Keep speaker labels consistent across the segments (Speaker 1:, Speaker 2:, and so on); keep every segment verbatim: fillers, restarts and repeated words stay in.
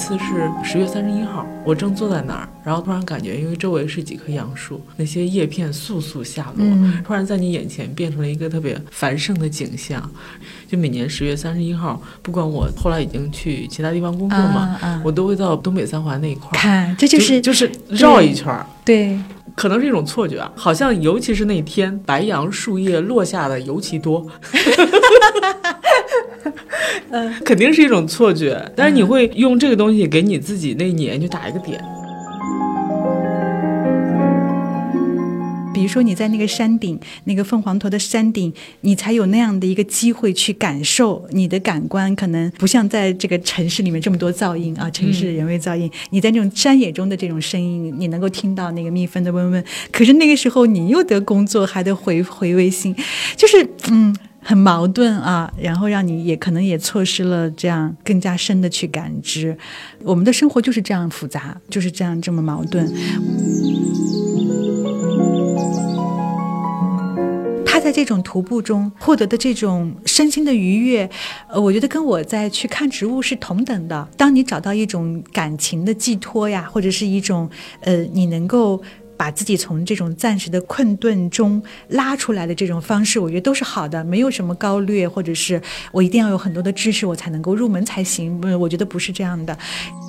Speaker 1: 次是十月三十一号，我正坐在那儿，然后突然感觉因为周围是几棵杨树，那些叶片簌簌下落、嗯、突然在你眼前变成了一个特别繁盛的景象。就每年十月三十一号，不管我后来已经去其他地方工作嘛、啊啊、我都会到东北三环那一块
Speaker 2: 看，这就是
Speaker 1: 就就是绕一圈。
Speaker 2: 对，
Speaker 1: 可能是一种错觉啊，好像尤其是那天白杨树叶落下的尤其多嗯，肯定是一种错觉，但是你会用这个东西给你自己那一年就打一个点。
Speaker 2: 比如说你在那个山顶，那个凤凰头的山顶，你才有那样的一个机会去感受，你的感官可能不像在这个城市里面这么多噪音啊，城市的人为噪音、嗯、你在那种山野中的这种声音，你能够听到那个蜜蜂的嗡嗡，可是那个时候你又得工作还得回回微信，就是嗯很矛盾啊，然后让你也可能也错失了这样更加深的去感知，我们的生活就是这样复杂，就是这样这么矛盾。他在这种徒步中获得的这种身心的愉悦，呃，我觉得跟我在去看植物是同等的。当你找到一种感情的寄托呀，或者是一种呃，你能够把自己从这种暂时的困顿中拉出来的这种方式，我觉得都是好的，没有什么高劣，或者是我一定要有很多的知识我才能够入门才行，我觉得不是这样的。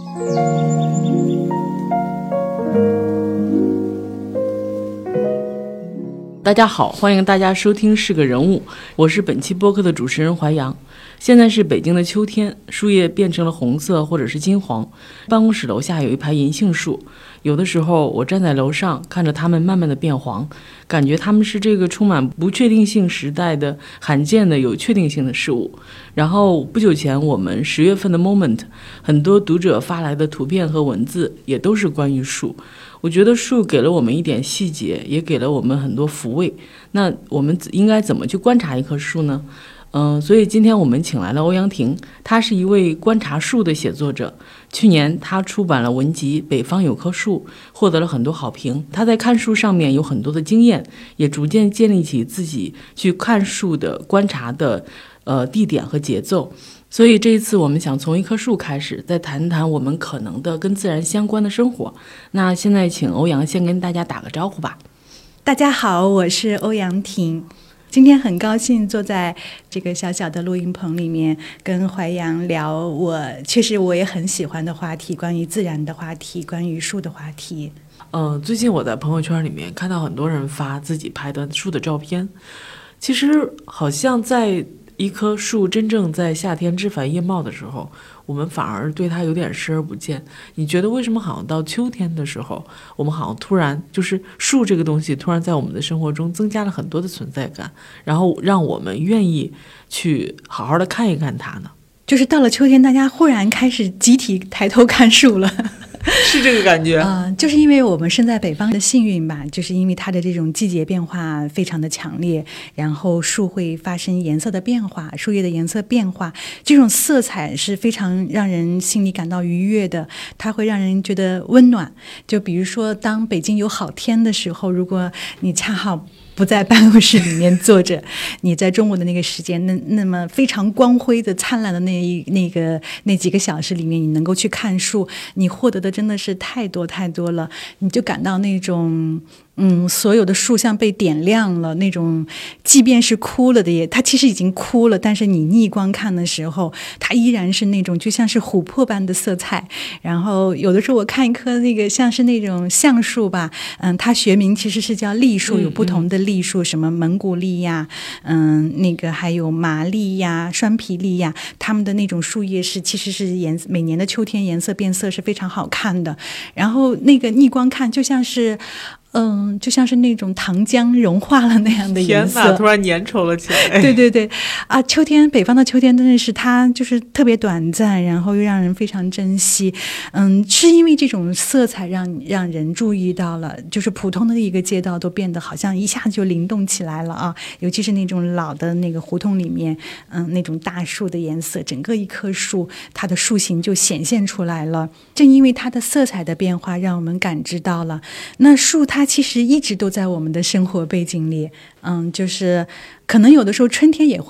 Speaker 1: 大家好，欢迎大家收听是个人物，我是本期播客的主持人淮阳。现在是北京的秋天，树叶变成了红色或者是金黄，办公室楼下有一排银杏树，有的时候我站在楼上看着它们慢慢的变黄，感觉它们是这个充满不确定性时代的罕见的有确定性的事物。然后不久前我们十月份的 Moment， 很多读者发来的图片和文字也都是关于树。我觉得树给了我们一点细节，也给了我们很多抚慰。那我们应该怎么去观察一棵树呢？嗯、呃，所以今天我们请来了欧阳婷，他是一位观察树的写作者。去年他出版了文集《北方有棵树》，获得了很多好评。他在看树上面有很多的经验，也逐渐建立起自己去看树的观察的呃地点和节奏。所以这一次我们想从一棵树开始，再谈谈我们可能的跟自然相关的生活。那现在请欧阳先跟大家打个招呼吧。
Speaker 2: 大家好，我是欧阳婷，今天很高兴坐在这个小小的录音棚里面跟淮阳聊我确实我也很喜欢的话题，关于自然的话题，关于树的话题。
Speaker 1: 呃，最近我在朋友圈里面看到很多人发自己拍的树的照片，其实好像在一棵树真正在夏天枝繁叶茂的时候，我们反而对它有点视而不见。你觉得为什么好像到秋天的时候，我们好像突然就是树这个东西突然在我们的生活中增加了很多的存在感，然后让我们愿意去好好的看一看它呢？
Speaker 2: 就是到了秋天，大家忽然开始集体抬头看树了。
Speaker 1: 是这个感觉
Speaker 2: 啊、呃，就是因为我们身在北方的幸运吧，就是因为它的这种季节变化非常的强烈，然后树会发生颜色的变化，树叶的颜色变化，这种色彩是非常让人心里感到愉悦的，它会让人觉得温暖。就比如说当北京有好天的时候，如果你恰好不在办公室里面坐着，你在中午的那个时间，那那么非常光辉的灿烂的那一那个那几个小时里面，你能够去看树，你获得的真的是太多太多了，你就感到那种嗯，所有的树像被点亮了，那种即便是枯了的也，它其实已经枯了，但是你逆光看的时候，它依然是那种就像是琥珀般的色彩。然后有的时候我看一棵那个像是那种橡树吧，嗯，它学名其实是叫栗树，有不同的栗树，嗯嗯什么蒙古栗呀，嗯，那个还有麻栗呀、栓皮栗呀，它们的那种树叶是其实是颜每年的秋天颜色变色是非常好看的。然后那个逆光看就像是。嗯，就像是那种糖浆融化了那样的颜色，
Speaker 1: 天哪，突然粘稠了起来。
Speaker 2: 对对对，啊，秋天，北方的秋天真的是它就是特别短暂，然后又让人非常珍惜。嗯，是因为这种色彩让让人注意到了，就是普通的一个街道都变得好像一下就灵动起来了啊！尤其是那种老的那个胡同里面，嗯，那种大树的颜色，整个一棵树它的树形就显现出来了。正因为它的色彩的变化，让我们感知到了那树它其实一直都在我们的生活背景里，嗯，就是可能有的时候春天也会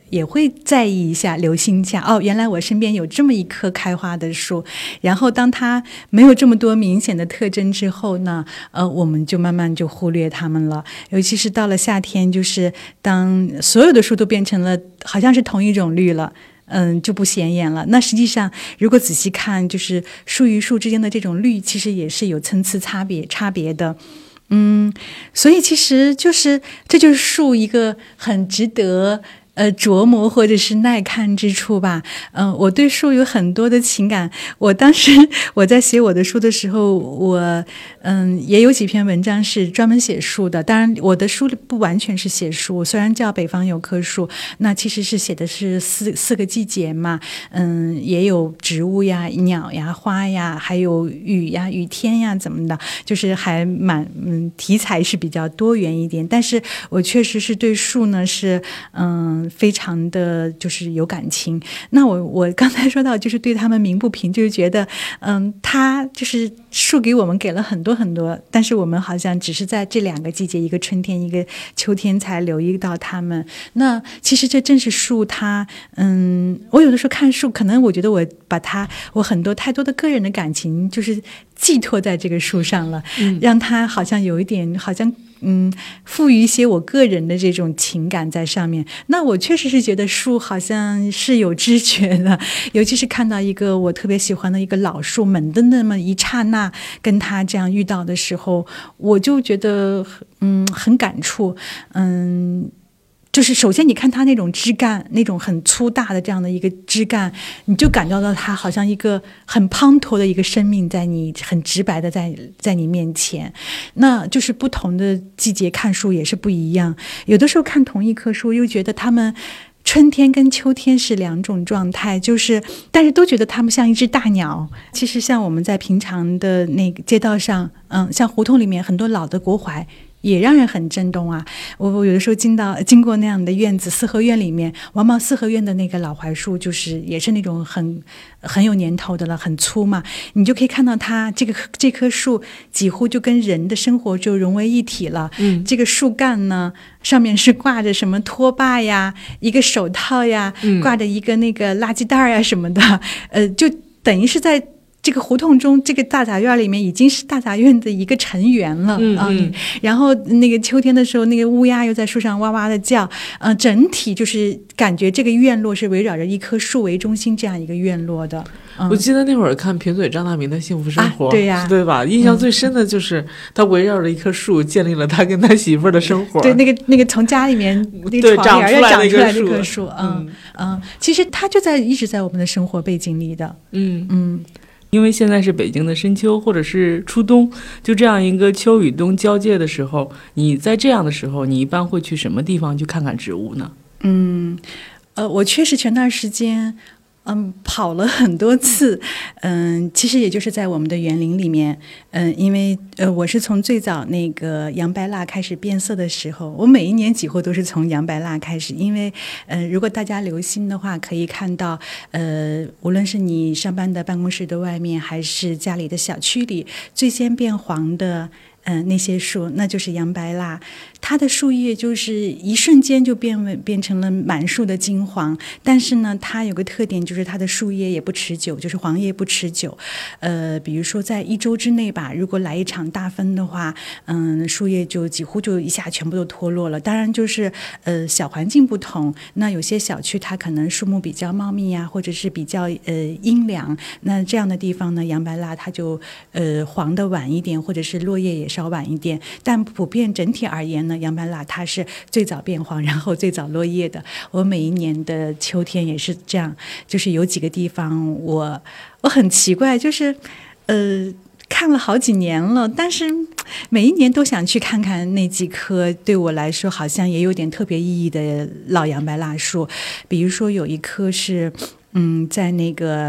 Speaker 2: 也会在意一下，留心一下，哦，原来我身边有这么一棵开花的树。然后当它没有这么多明显的特征之后呢，呃，我们就慢慢就忽略它们了。尤其是到了夏天，就是当所有的树都变成了好像是同一种绿了，嗯，就不显眼了。那实际上，如果仔细看，就是树与树之间的这种绿，其实也是有层次差别差别的。嗯，所以其实就是这就是树一个很值得呃琢磨或者是耐看之处吧。嗯、呃，我对树有很多的情感。我当时我在写我的书的时候，我嗯也有几篇文章是专门写树的。当然，我的书不完全是写树，虽然叫《北方有棵树》，那其实是写的是四四个季节嘛。嗯，也有植物呀、鸟呀、花呀，还有雨呀、雨天呀，怎么的，就是还蛮嗯题材是比较多元一点。但是我确实是对树呢是嗯。非常的就是有感情。那我我刚才说到就是对他们鸣不平，就是觉得嗯，他就是树给我们给了很多很多，但是我们好像只是在这两个季节，一个春天一个秋天才留意到他们。那其实这正是树它嗯，我有的时候看树，可能我觉得我把它我很多太多的个人的感情就是寄托在这个树上了，嗯，让它好像有一点好像嗯，赋予一些我个人的这种情感在上面。那我确实是觉得树好像是有知觉的，尤其是看到一个我特别喜欢的一个老树，猛的那么一刹那跟它这样遇到的时候，我就觉得嗯很感触。嗯，就是首先你看它那种枝干，那种很粗大的这样的一个枝干，你就感觉到它好像一个很滂沱的一个生命在你很直白的在在你面前。那就是不同的季节看树也是不一样，有的时候看同一棵树又觉得它们春天跟秋天是两种状态，就是但是都觉得它们像一只大鸟。其实像我们在平常的那个街道上，嗯，像胡同里面很多老的国槐也让人很震动啊！我我有的时候经到经过那样的院子，四合院里面，王茂四合院的那个老槐树，就是也是那种很很有年头的了，很粗嘛，你就可以看到它这个这棵树几乎就跟人的生活就融为一体了。嗯，这个树干呢，上面是挂着什么拖把呀，一个手套呀，嗯、挂着一个那个垃圾袋呀什么的，呃，就等于是在这个胡同中，这个大杂院里面已经是大杂院的一个成员了。嗯嗯。然后那个秋天的时候，那个乌鸦又在树上哇哇的叫，呃，整体就是感觉这个院落是围绕着一棵树为中心这样一个院落的。嗯、
Speaker 1: 我记得那会儿看贫嘴张大民的幸福生活，
Speaker 2: 啊、对呀、啊，
Speaker 1: 对吧？印象最深的就是他围绕着一棵树建立了他跟他媳妇儿的生活。
Speaker 2: 对，那个那个从家里面那个床沿儿长出来的一棵树，嗯嗯，其实它就在一直在我们的生活背景里的。嗯嗯。
Speaker 1: 因为现在是北京的深秋或者是初冬，就这样一个秋与冬交界的时候，你在这样的时候，你一般会去什么地方去看看植物呢？
Speaker 2: 嗯，呃，我确实前段时间嗯跑了很多次，嗯，其实也就是在我们的园林里面，嗯，因为呃我是从最早那个洋白蜡开始变色的时候，我每一年几乎都是从洋白蜡开始，因为呃如果大家留心的话，可以看到呃无论是你上班的办公室的外面，还是家里的小区里，最先变黄的嗯、呃，那些树那就是洋白蜡，它的树叶就是一瞬间就变为变成了满树的金黄，但是呢，它有个特点就是它的树叶也不持久，就是黄叶不持久。呃，比如说在一周之内吧，如果来一场大风的话，嗯，树叶就几乎就一下全部都脱落了。当然就是呃小环境不同，那有些小区它可能树木比较茂密呀，或者是比较呃阴凉，那这样的地方呢，洋白蜡它就呃黄的晚一点，或者是落叶也稍晚一点，但普遍整体而言呢，洋白蜡它是最早变黄，然后最早落叶的。我每一年的秋天也是这样，就是有几个地方我我很奇怪，就是呃看了好几年了，但是每一年都想去看看那几棵对我来说好像也有点特别意义的老洋白蜡树。比如说有一棵是嗯在那个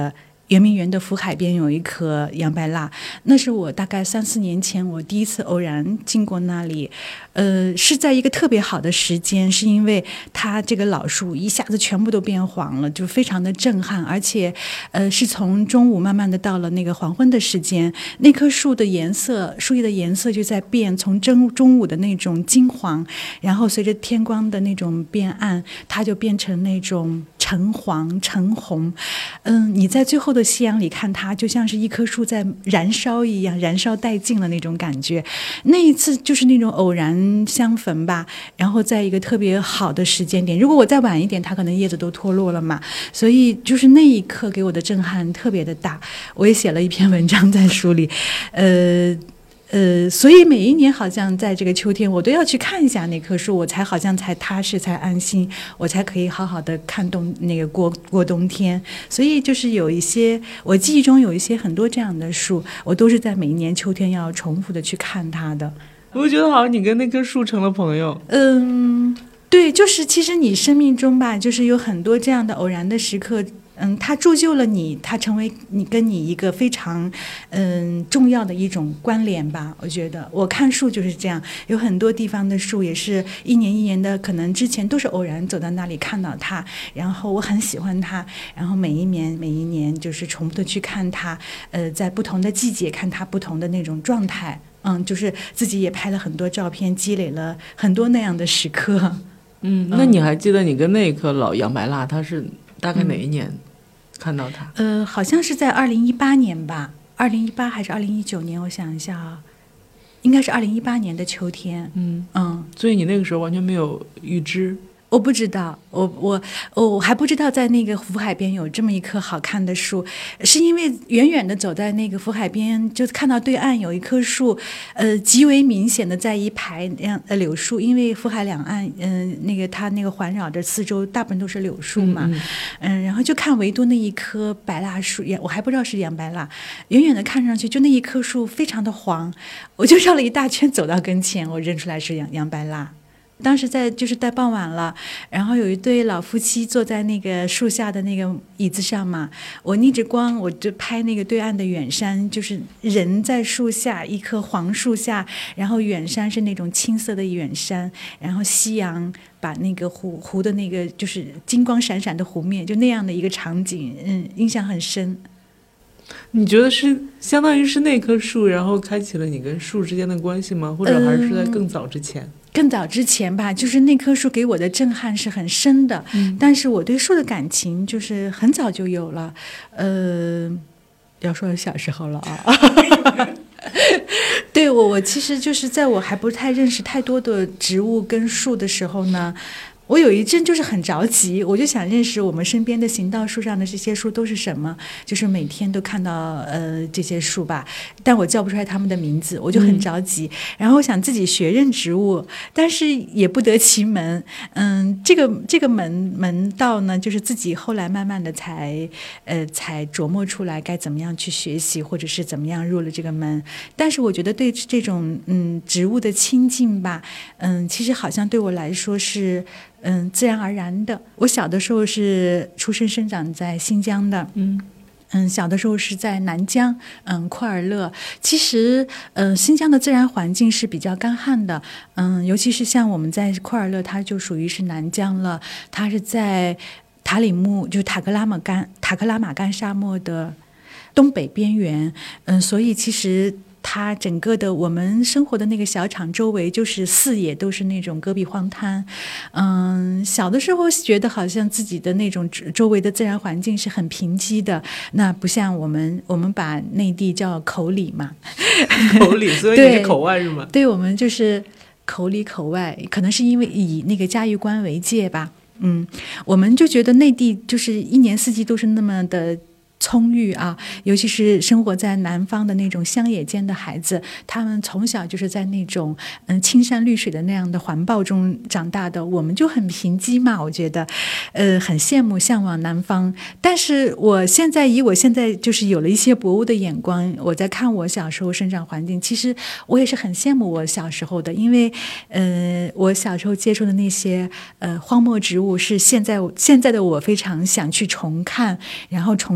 Speaker 2: 圆明园的福海边有一棵杨白蜡，那是我大概三四年前我第一次偶然经过那里，呃，是在一个特别好的时间，是因为它这个老树一下子全部都变黄了，就非常的震撼，而且呃是从中午慢慢的到了那个黄昏的时间，那棵树的颜色，树叶的颜色就在变，从中中午的那种金黄，然后随着天光的那种变暗，它就变成那种橙黄橙红，嗯，你在最后的夕阳里看它，就像是一棵树在燃烧一样，燃烧殆尽了那种感觉。那一次就是那种偶然相逢吧，然后在一个特别好的时间点，如果我再晚一点，它可能叶子都脱落了嘛，所以就是那一刻给我的震撼特别的大。我也写了一篇文章在书里，呃。呃，所以每一年好像在这个秋天，我都要去看一下那棵树，我才好像才踏实，才安心，我才可以好好的看冬那个过过冬天。所以就是有一些我记忆中有一些很多这样的树，我都是在每一年秋天要重复的去看它的。
Speaker 1: 我觉得好像你跟那棵树成了朋友。
Speaker 2: 嗯，对，就是其实你生命中吧，就是有很多这样的偶然的时刻。嗯，它铸就了你，它成为你跟你一个非常嗯重要的一种关联吧。我觉得我看树就是这样，有很多地方的树也是一年一年的，可能之前都是偶然走到那里看到它，然后我很喜欢它，然后每一年每一年就是重复的去看它，呃，在不同的季节看它不同的那种状态。嗯，就是自己也拍了很多照片，积累了很多那样的时刻。
Speaker 1: 嗯，那你还记得你跟那棵老杨白蜡，它是大概哪一年？嗯看到它，
Speaker 2: 呃，好像是在二零一八年吧，二零一八还是二零一九年？我想一下啊，应该是二零一八年的秋天。嗯嗯，
Speaker 1: 所以你那个时候完全没有预知。
Speaker 2: 我不知道，我我我还不知道在那个福海边有这么一棵好看的树，是因为远远的走在那个福海边，就看到对岸有一棵树，呃，极为明显的在一排样呃柳树，因为福海两岸，嗯、呃，那个它那个环绕的四周大部分都是柳树嘛，嗯, 嗯，然后就看唯独那一棵白蜡树，也我还不知道是杨白蜡，远远的看上去就那一棵树非常的黄，我就绕了一大圈走到跟前，我认出来是杨杨白蜡。当时在就是在傍晚了，然后有一对老夫妻坐在那个树下的那个椅子上嘛，我逆着光我就拍那个对岸的远山，就是人在树下，一棵黄树下，然后远山是那种青色的远山，然后夕阳把那个湖湖的那个就是金光闪闪的湖面，就那样的一个场景，嗯，印象很深。
Speaker 1: 你觉得是相当于是那棵树然后开启了你跟树之间的关系吗？或者还是在更早之前？
Speaker 2: 嗯更早之前吧，就是那棵树给我的震撼是很深的，嗯，但是我对树的感情就是很早就有了，呃，要说小时候了啊。对，我我其实就是在我还不太认识太多的植物跟树的时候呢，我有一阵就是很着急，我就想认识我们身边的行道树上的这些树都是什么，就是每天都看到呃这些树吧，但我叫不出来他们的名字，我就很着急，嗯，然后我想自己学认植物，但是也不得其门，嗯，这个这个门门道呢，就是自己后来慢慢的才呃才琢磨出来该怎么样去学习，或者是怎么样入了这个门。但是我觉得对这种嗯植物的亲近吧，嗯，其实好像对我来说是。嗯，自然而然的。我小的时候是出生生长在新疆的，嗯嗯，小的时候是在南疆，嗯，库尔勒。其实，嗯，新疆的自然环境是比较干旱的，嗯，尤其是像我们在库尔勒，它就属于是南疆了，它是在塔里木，就塔克拉玛干塔克拉玛干沙漠的东北边缘，嗯，所以其实。它整个的我们生活的那个小厂周围就是四野都是那种戈壁荒滩，嗯，小的时候觉得好像自己的那种周围的自然环境是很贫瘠的，那不像我们我们把内地叫口里嘛，
Speaker 1: 口里，所以你是口外是吗？
Speaker 2: 对，对我们就是口里口外，可能是因为以那个嘉峪关为界吧，嗯，我们就觉得内地就是一年四季都是那么的。葱郁啊，尤其是生活在南方的那种乡野间的孩子，他们从小就是在那种嗯青山绿水的那样的环抱中长大的，我们就很贫瘠嘛，我觉得呃很羡慕向往南方。但是我现在以我现在就是有了一些博物的眼光，我在看我小时候生长环境，其实我也是很羡慕我小时候的，因为呃我小时候接触的那些呃荒漠植物是现在现在的我非常想去重看，然后重新去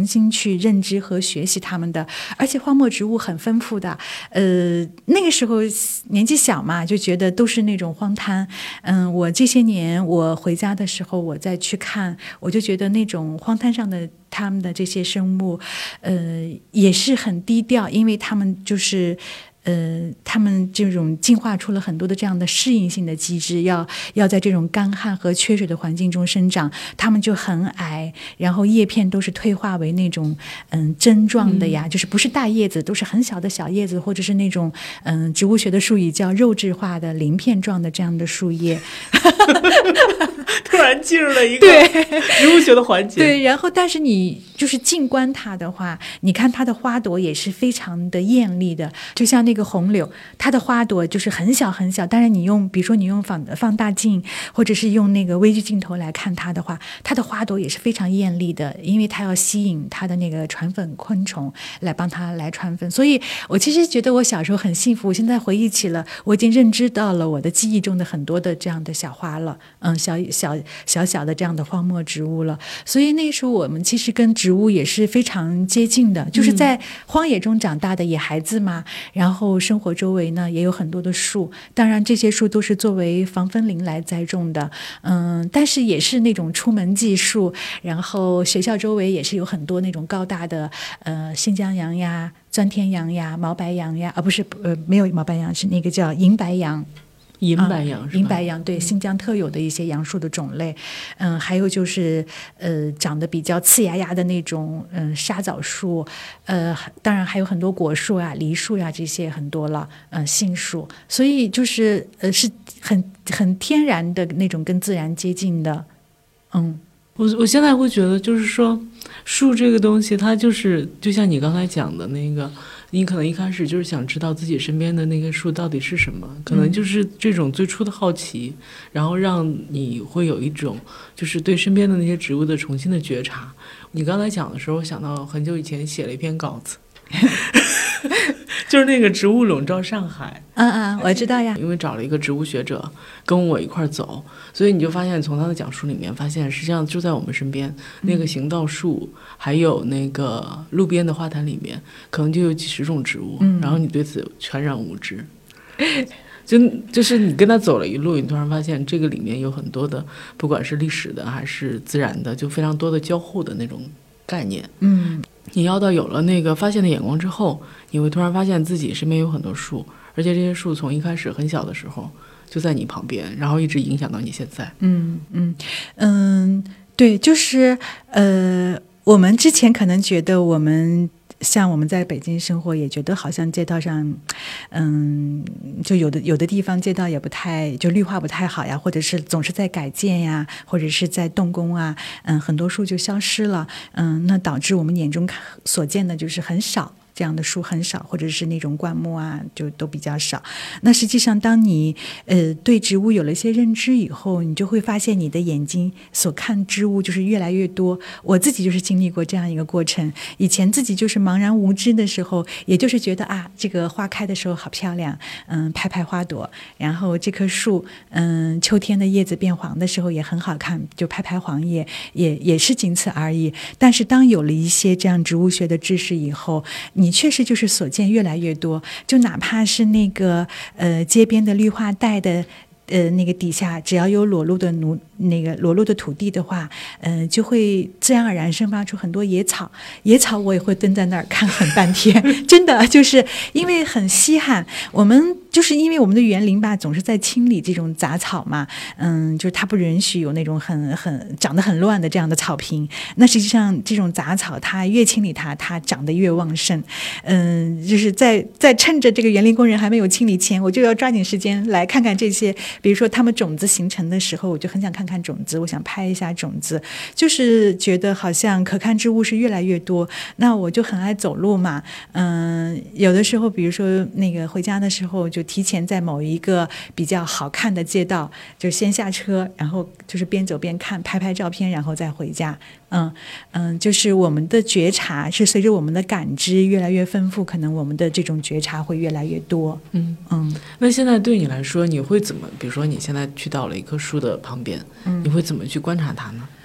Speaker 2: 去认知和学习它们的。而且荒漠植物很丰富的，呃，那个时候年纪小嘛，就觉得都是那种荒滩。嗯，我这些年我回家的时候，我再去看，我就觉得那种荒滩上的他们的这些生物，呃，也是很低调，因为他们就是。呃，他们这种进化出了很多的这样的适应性的机制，要要在这种干旱和缺水的环境中生长，他们就很矮，然后叶片都是退化为那种嗯针状的呀、嗯，就是不是大叶子，都是很小的小叶子，或者是那种嗯植物学的术语叫肉质化的鳞片状的这样的树叶。
Speaker 1: 突然进入了一个植物学的环节。
Speaker 2: 对，然后但是你就是近观它的话，你看它的花朵也是非常的艳丽的，就像那个红柳，它的花朵就是很小很小，当然你用比如说你用放放大镜或者是用那个微距镜头来看它的话，它的花朵也是非常艳丽的，因为它要吸引它的那个传粉昆虫来帮它来传粉。所以我其实觉得我小时候很幸福，我现在回忆起了，我已经认知到了我的记忆中的很多的这样的小花了，嗯，小小小小的这样的荒漠植物了。所以那时候我们其实跟植物也是非常接近的，就是在荒野中长大的野孩子嘛，然后生活周围呢也有很多的树，当然这些树都是作为防风林来栽种的，嗯，但是也是那种出门即树，然后学校周围也是有很多那种高大的呃新疆杨呀、钻天杨呀、毛白杨呀，啊不是呃没有毛白杨，是那个叫银白杨。
Speaker 1: 银白杨、啊、
Speaker 2: 银白杨对，新疆特有的一些杨树的种类，嗯，还有就是呃长得比较呲牙牙的那种嗯沙枣树，呃，当然还有很多果树啊、梨树呀、啊、这些很多了，嗯，杏树，所以就是呃是很很天然的那种跟自然接近的，嗯。
Speaker 1: 我我现在会觉得，就是说，树这个东西，它就是就像你刚才讲的那个，你可能一开始就是想知道自己身边的那个树到底是什么，可能就是这种最初的好奇，然后让你会有一种就是对身边的那些植物的重新的觉察。你刚才讲的时候，我想到很久以前写了一篇稿子。就是那个植物笼罩上海，
Speaker 2: 嗯嗯，我知道呀。
Speaker 1: 因为找了一个植物学者跟我一块走，所以你就发现从他的讲述里面发现，实际上就在我们身边，嗯、那个行道树，还有那个路边的花坛里面，可能就有几十种植物，嗯、然后你对此全然无知。就就是你跟他走了一路，你突然发现这个里面有很多的，不管是历史的还是自然的，就非常多的交互的那种概念。
Speaker 2: 嗯。
Speaker 1: 你要到有了那个发现的眼光之后，你会突然发现自己身边有很多树，而且这些树从一开始很小的时候就在你旁边，然后一直影响到你现在。
Speaker 2: 嗯嗯嗯，对，就是呃，我们之前可能觉得我们。像我们在北京生活，也觉得好像街道上，嗯，就有的有的地方街道也不太，就绿化不太好呀，或者是总是在改建呀，或者是在动工啊，嗯，很多树就消失了，嗯，那导致我们眼中所见的就是很少。这样的树很少，或者是那种灌木啊，就都比较少。那实际上，当你呃对植物有了一些认知以后，你就会发现你的眼睛所看植物就是越来越多。我自己就是经历过这样一个过程。以前自己就是茫然无知的时候，也就是觉得啊，这个花开的时候好漂亮，嗯，拍拍花朵。然后这棵树，嗯，秋天的叶子变黄的时候也很好看，就拍拍黄叶，也也是仅此而已。但是当有了一些这样植物学的知识以后，你确实就是所见越来越多，就哪怕是那个呃街边的绿化带的呃那个底下，只要有裸露的奴那个裸露的土地的话，呃就会自然而然生发出很多野草。野草我也会蹲在那儿看很半天，真的就是因为很稀罕。我们就是因为我们的园林吧，总是在清理这种杂草嘛，嗯，就是它不允许有那种很很长得很乱的这样的草坪。那实际上这种杂草，它越清理它，它长得越旺盛。嗯，就是在在趁着这个园林工人还没有清理前，我就要抓紧时间来看看这些，比如说它们种子形成的时候，我就很想看看种子，我想拍一下种子，就是觉得好像可看之物是越来越多。那我就很爱走路嘛，嗯，有的时候比如说那个回家的时候就提前在某一个比较好看的街道，就先下车，然后就是边走边看，拍拍照片，然后再回家。嗯嗯，就是我们的觉察是随着我们的感知越来越丰富，可能我们的这种觉察会越来越多。
Speaker 1: 嗯嗯，那现在对你来说，你会怎么？比如说你现在去到了一棵树的旁边，嗯，你会怎么去观察它呢？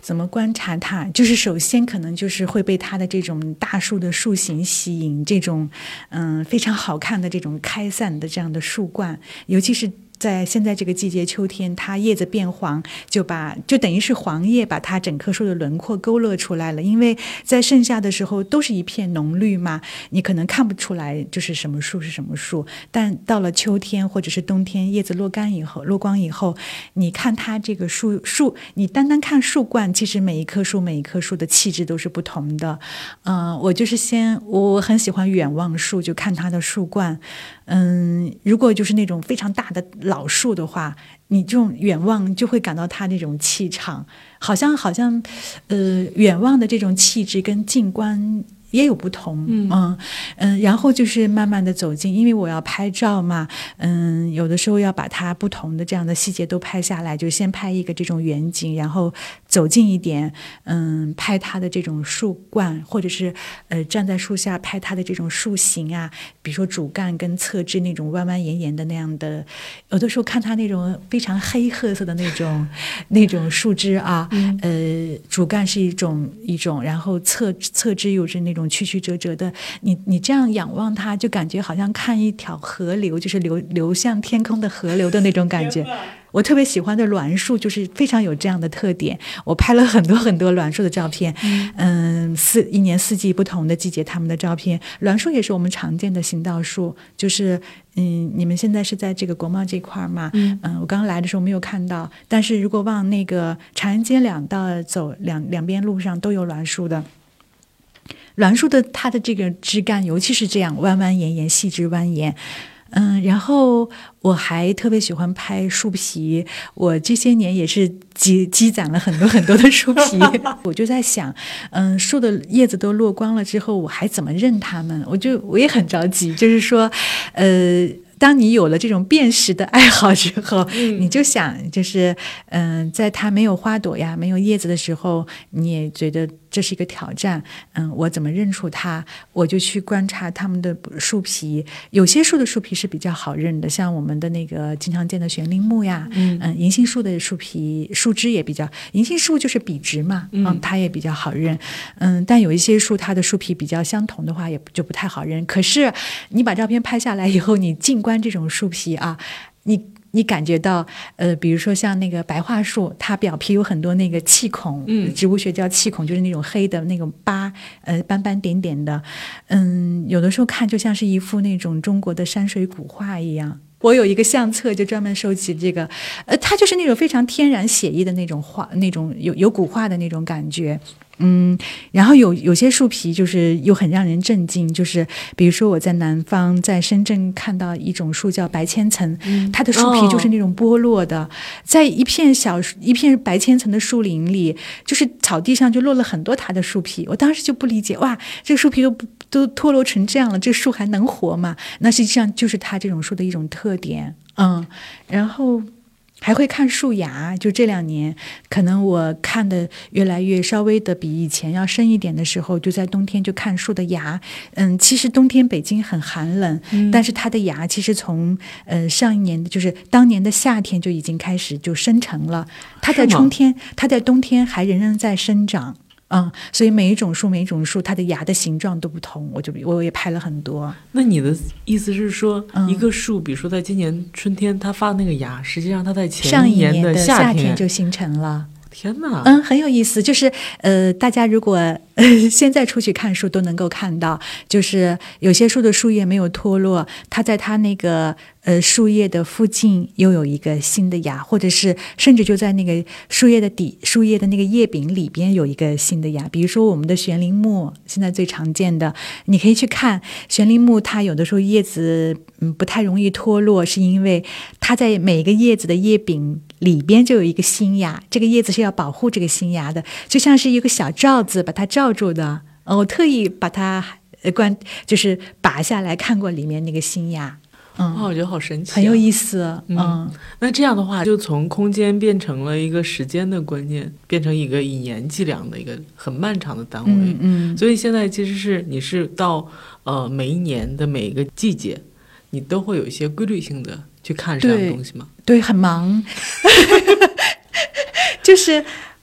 Speaker 2: 怎么观察它？就是首先可能就是会被它的这种大树的树形吸引，这种嗯非常好看的这种开散的这样的树冠，尤其是在现在这个季节秋天，它叶子变黄，就把就等于是黄叶把它整棵树的轮廓勾勒出来了。因为在盛夏的时候都是一片浓绿嘛，你可能看不出来就是什么树是什么树，但到了秋天或者是冬天，叶子落干以后落光以后，你看它这个树树，你单单看树冠，其实每一棵树每一棵树的气质都是不同的。嗯、呃，我就是先我很喜欢远望树，就看它的树冠。嗯，如果就是那种非常大的老树的话，你这种远望就会感到它那种气场，好像好像，呃，远望的这种气质跟近观也有不同。嗯嗯嗯，然后就是慢慢的走近，因为我要拍照嘛，嗯，有的时候要把它不同的这样的细节都拍下来，就先拍一个这种远景，然后走近一点，嗯，拍它的这种树冠，或者是呃站在树下拍它的这种树形啊，比如说主干跟侧枝那种弯弯延延的那样的，有的时候看它那种非常黑褐色的那种那种树枝啊，嗯、呃，主干是一种一种，然后侧侧枝又是那种曲曲折折的，你你这样仰望它，就感觉好像看一条河流，就是流流向天空的河流的那种感觉。我特别喜欢的栾树就是非常有这样的特点，我拍了很多很多栾树的照片，嗯，四一年四季不同的季节它们的照片。栾树也是我们常见的行道树，就是嗯，你们现在是在这个国贸这块嘛，嗯、呃，我刚刚来的时候没有看到，但是如果往那个长安街两道走，两两边路上都有栾树的。栾树的它的这个枝干，尤其是这样弯弯延延、细枝蜿蜒。嗯，然后我还特别喜欢拍树皮，我这些年也是积积攒了很多很多的树皮。我就在想，嗯，树的叶子都落光了之后，我还怎么认它们？我就我也很着急，就是说，呃。当你有了这种辨识的爱好之后，嗯、你就想，就是嗯、呃，在它没有花朵呀、没有叶子的时候，你也觉得这是一个挑战。嗯，我怎么认出它？我就去观察它们的树皮。有些树的树皮是比较好认的，像我们的那个经常见的悬铃木呀，嗯，呃、银杏树的树皮树枝也比较，银杏树就是笔直嘛，嗯，嗯它也比较好认。嗯，但有一些树它的树皮比较相同的话，也就不太好认。可是你把照片拍下来以后，你近观这种树皮啊，你你感觉到呃，比如说像那个白桦树，它表皮有很多那个气孔，嗯，植物学叫气孔，就是那种黑的那种疤，呃，斑斑点点的，嗯，有的时候看就像是一幅那种中国的山水古画一样。我有一个相册，就专门收集这个，呃，它就是那种非常天然写意的那种画，那种有有古画的那种感觉。嗯，然后有有些树皮就是又很让人震惊，就是比如说我在南方，在深圳看到一种树叫白千层，嗯、它的树皮就是那种剥落的，哦、在一片小一片白千层的树林里，就是草地上就落了很多它的树皮。我当时就不理解，哇，这个树皮都都脱落成这样了，这树还能活吗？那实际上就是它这种树的一种特点。嗯，然后。还会看树芽，就这两年可能我看的越来越稍微的比以前要深一点的时候，就在冬天就看树的芽。嗯，其实冬天北京很寒冷，嗯、但是它的芽其实从呃上一年的就是当年的夏天就已经开始就生成了，它在春天它在冬天还仍然在生长。嗯，所以每一种树每一种树它的芽的形状都不同，我就我也拍了很多。
Speaker 1: 那你的意思是说，嗯、一个树比如说在今年春天它发那个芽，实际上它在前
Speaker 2: 一年
Speaker 1: 的
Speaker 2: 夏天就形成了。
Speaker 1: 天哪，
Speaker 2: 嗯，很有意思，就是呃，大家如果、呃、现在出去看树都能够看到，就是有些树的树叶没有脱落，它在它那个呃树叶的附近又有一个新的芽，或者是甚至就在那个树叶的底，树叶的那个叶柄里边有一个新的芽。比如说我们的悬铃木，现在最常见的，你可以去看悬铃木，它有的时候叶子嗯不太容易脱落，是因为它在每个叶子的叶柄里边就有一个新芽，这个叶子是要保护这个新芽的，就像是一个小罩子把它罩住的。呃、我特意把它呃关，就是拔下来看过里面那个新芽。嗯，
Speaker 1: 哦、我觉得好神奇、啊，
Speaker 2: 很有意思。嗯，
Speaker 1: 嗯那这样的话，就从空间变成了一个时间的观念，变成一个以年计量的一个很漫长的单位。
Speaker 2: 嗯嗯，
Speaker 1: 所以现在其实是你是到呃每一年的每一个季节，你都会有一些规律性的去看这样的东西吗？
Speaker 2: 对，对，很忙。就是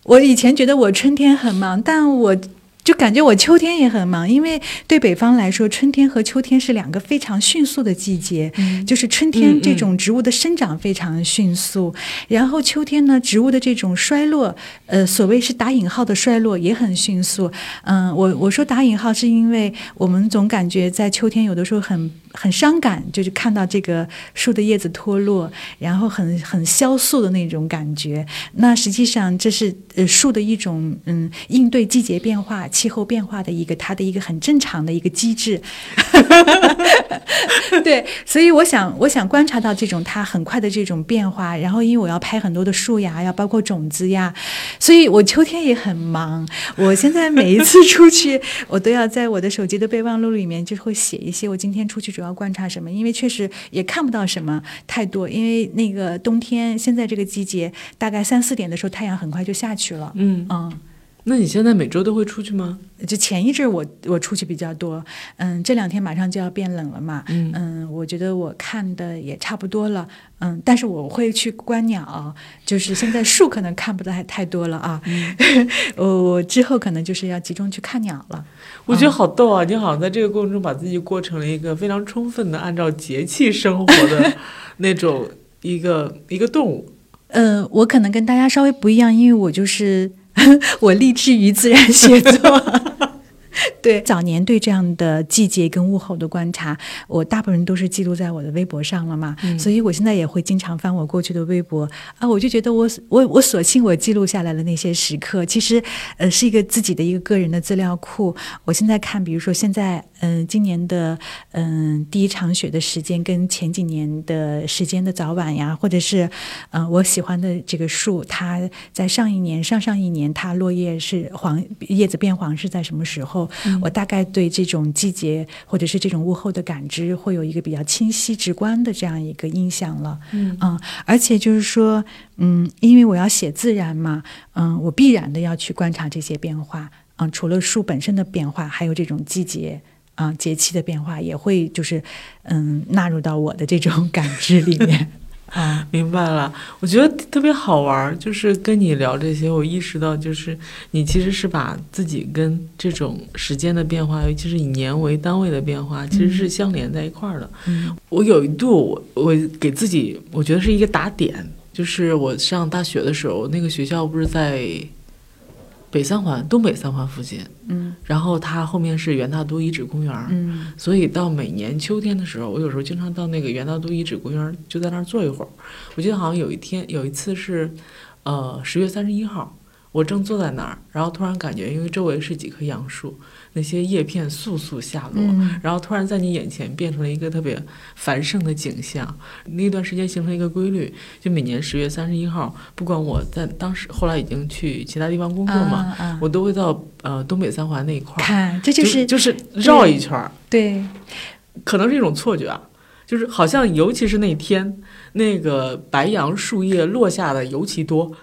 Speaker 2: 我以前觉得我春天很忙，但我就感觉我秋天也很忙，因为对北方来说，春天和秋天是两个非常迅速的季节。嗯、就是春天这种植物的生长非常迅速，嗯嗯、然后秋天呢，植物的这种衰落，呃，所谓是打引号的衰落也很迅速。嗯、呃，我我说打引号是因为我们总感觉在秋天有的时候很很伤感，就是看到这个树的叶子脱落，然后很很萧肃的那种感觉。那实际上这是呃树的一种嗯应对季节变化、气候变化的一个它的一个很正常的一个机制。对，所以我想我想观察到这种它很快的这种变化，然后因为我要拍很多的树呀，要包括种子呀，所以我秋天也很忙。我现在每一次出去，我都要在我的手机的备忘录里面就会写一些我今天出去主要观察什么，因为确实也看不到什么太多，因为那个冬天现在这个季节大概三四点的时候太阳很快就下去了。
Speaker 1: 嗯
Speaker 2: 嗯，
Speaker 1: 那你现在每周都会出去吗？
Speaker 2: 就前一阵我我出去比较多，嗯，这两天马上就要变冷了嘛，
Speaker 1: 嗯
Speaker 2: 嗯，我觉得我看的也差不多了，嗯，但是我会去观鸟，就是现在树可能看不太太多了啊，嗯、我我之后可能就是要集中去看鸟了。
Speaker 1: 我觉得好逗啊！嗯、你好像在这个过程中把自己过成了一个非常充分的按照节气生活的那种一个一个动物。
Speaker 2: 呃，我可能跟大家稍微不一样，因为我就是我立志于自然写作。对，早年对这样的季节跟物候的观察，我大部分都是记录在我的微博上了嘛，嗯、所以我现在也会经常翻我过去的微博啊，我就觉得我我我索性我记录下来了那些时刻，其实呃是一个自己的一个个人的资料库。我现在看，比如说现在嗯、呃、今年的嗯、呃、第一场雪的时间跟前几年的时间的早晚呀，或者是嗯、呃、我喜欢的这个树，它在上一年上上一年它落叶是黄叶子变黄是在什么时候？嗯、我大概对这种季节或者是这种物候的感知会有一个比较清晰直观的这样一个印象了。嗯嗯，而且就是说，嗯，因为我要写自然嘛，嗯，我必然的要去观察这些变化。嗯，除了树本身的变化，还有这种季节啊、嗯、节气的变化，也会就是嗯纳入到我的这种感知里面。
Speaker 1: 啊，明白了。我觉得特别好玩，就是跟你聊这些，我意识到，就是你其实是把自己跟这种时间的变化，尤其是以年为单位的变化，其实是相连在一块儿的。嗯，我有一度，我我给自己，我觉得是一个打点，就是我上大学的时候，那个学校不是在北三环、东北三环附近，嗯，然后它后面是元大都遗址公园，嗯，所以到每年秋天的时候，我有时候经常到那个元大都遗址公园，就在那儿坐一会儿。我记得好像有一天有一次是，呃，十月三十一号，我正坐在那儿，然后突然感觉，因为周围是几棵杨树，那些叶片簌簌下落，嗯、然后突然在你眼前变成了一个特别繁盛的景象。那段时间形成一个规律，就每年十月三十一号，不管我在当时后来已经去其他地方工作嘛，啊啊、我都会到呃东北三环那一块
Speaker 2: 看，这就是
Speaker 1: 就, 就是绕一圈。
Speaker 2: 对，
Speaker 1: 可能是一种错觉啊，就是好像尤其是那天那个白杨树叶落下的尤其多。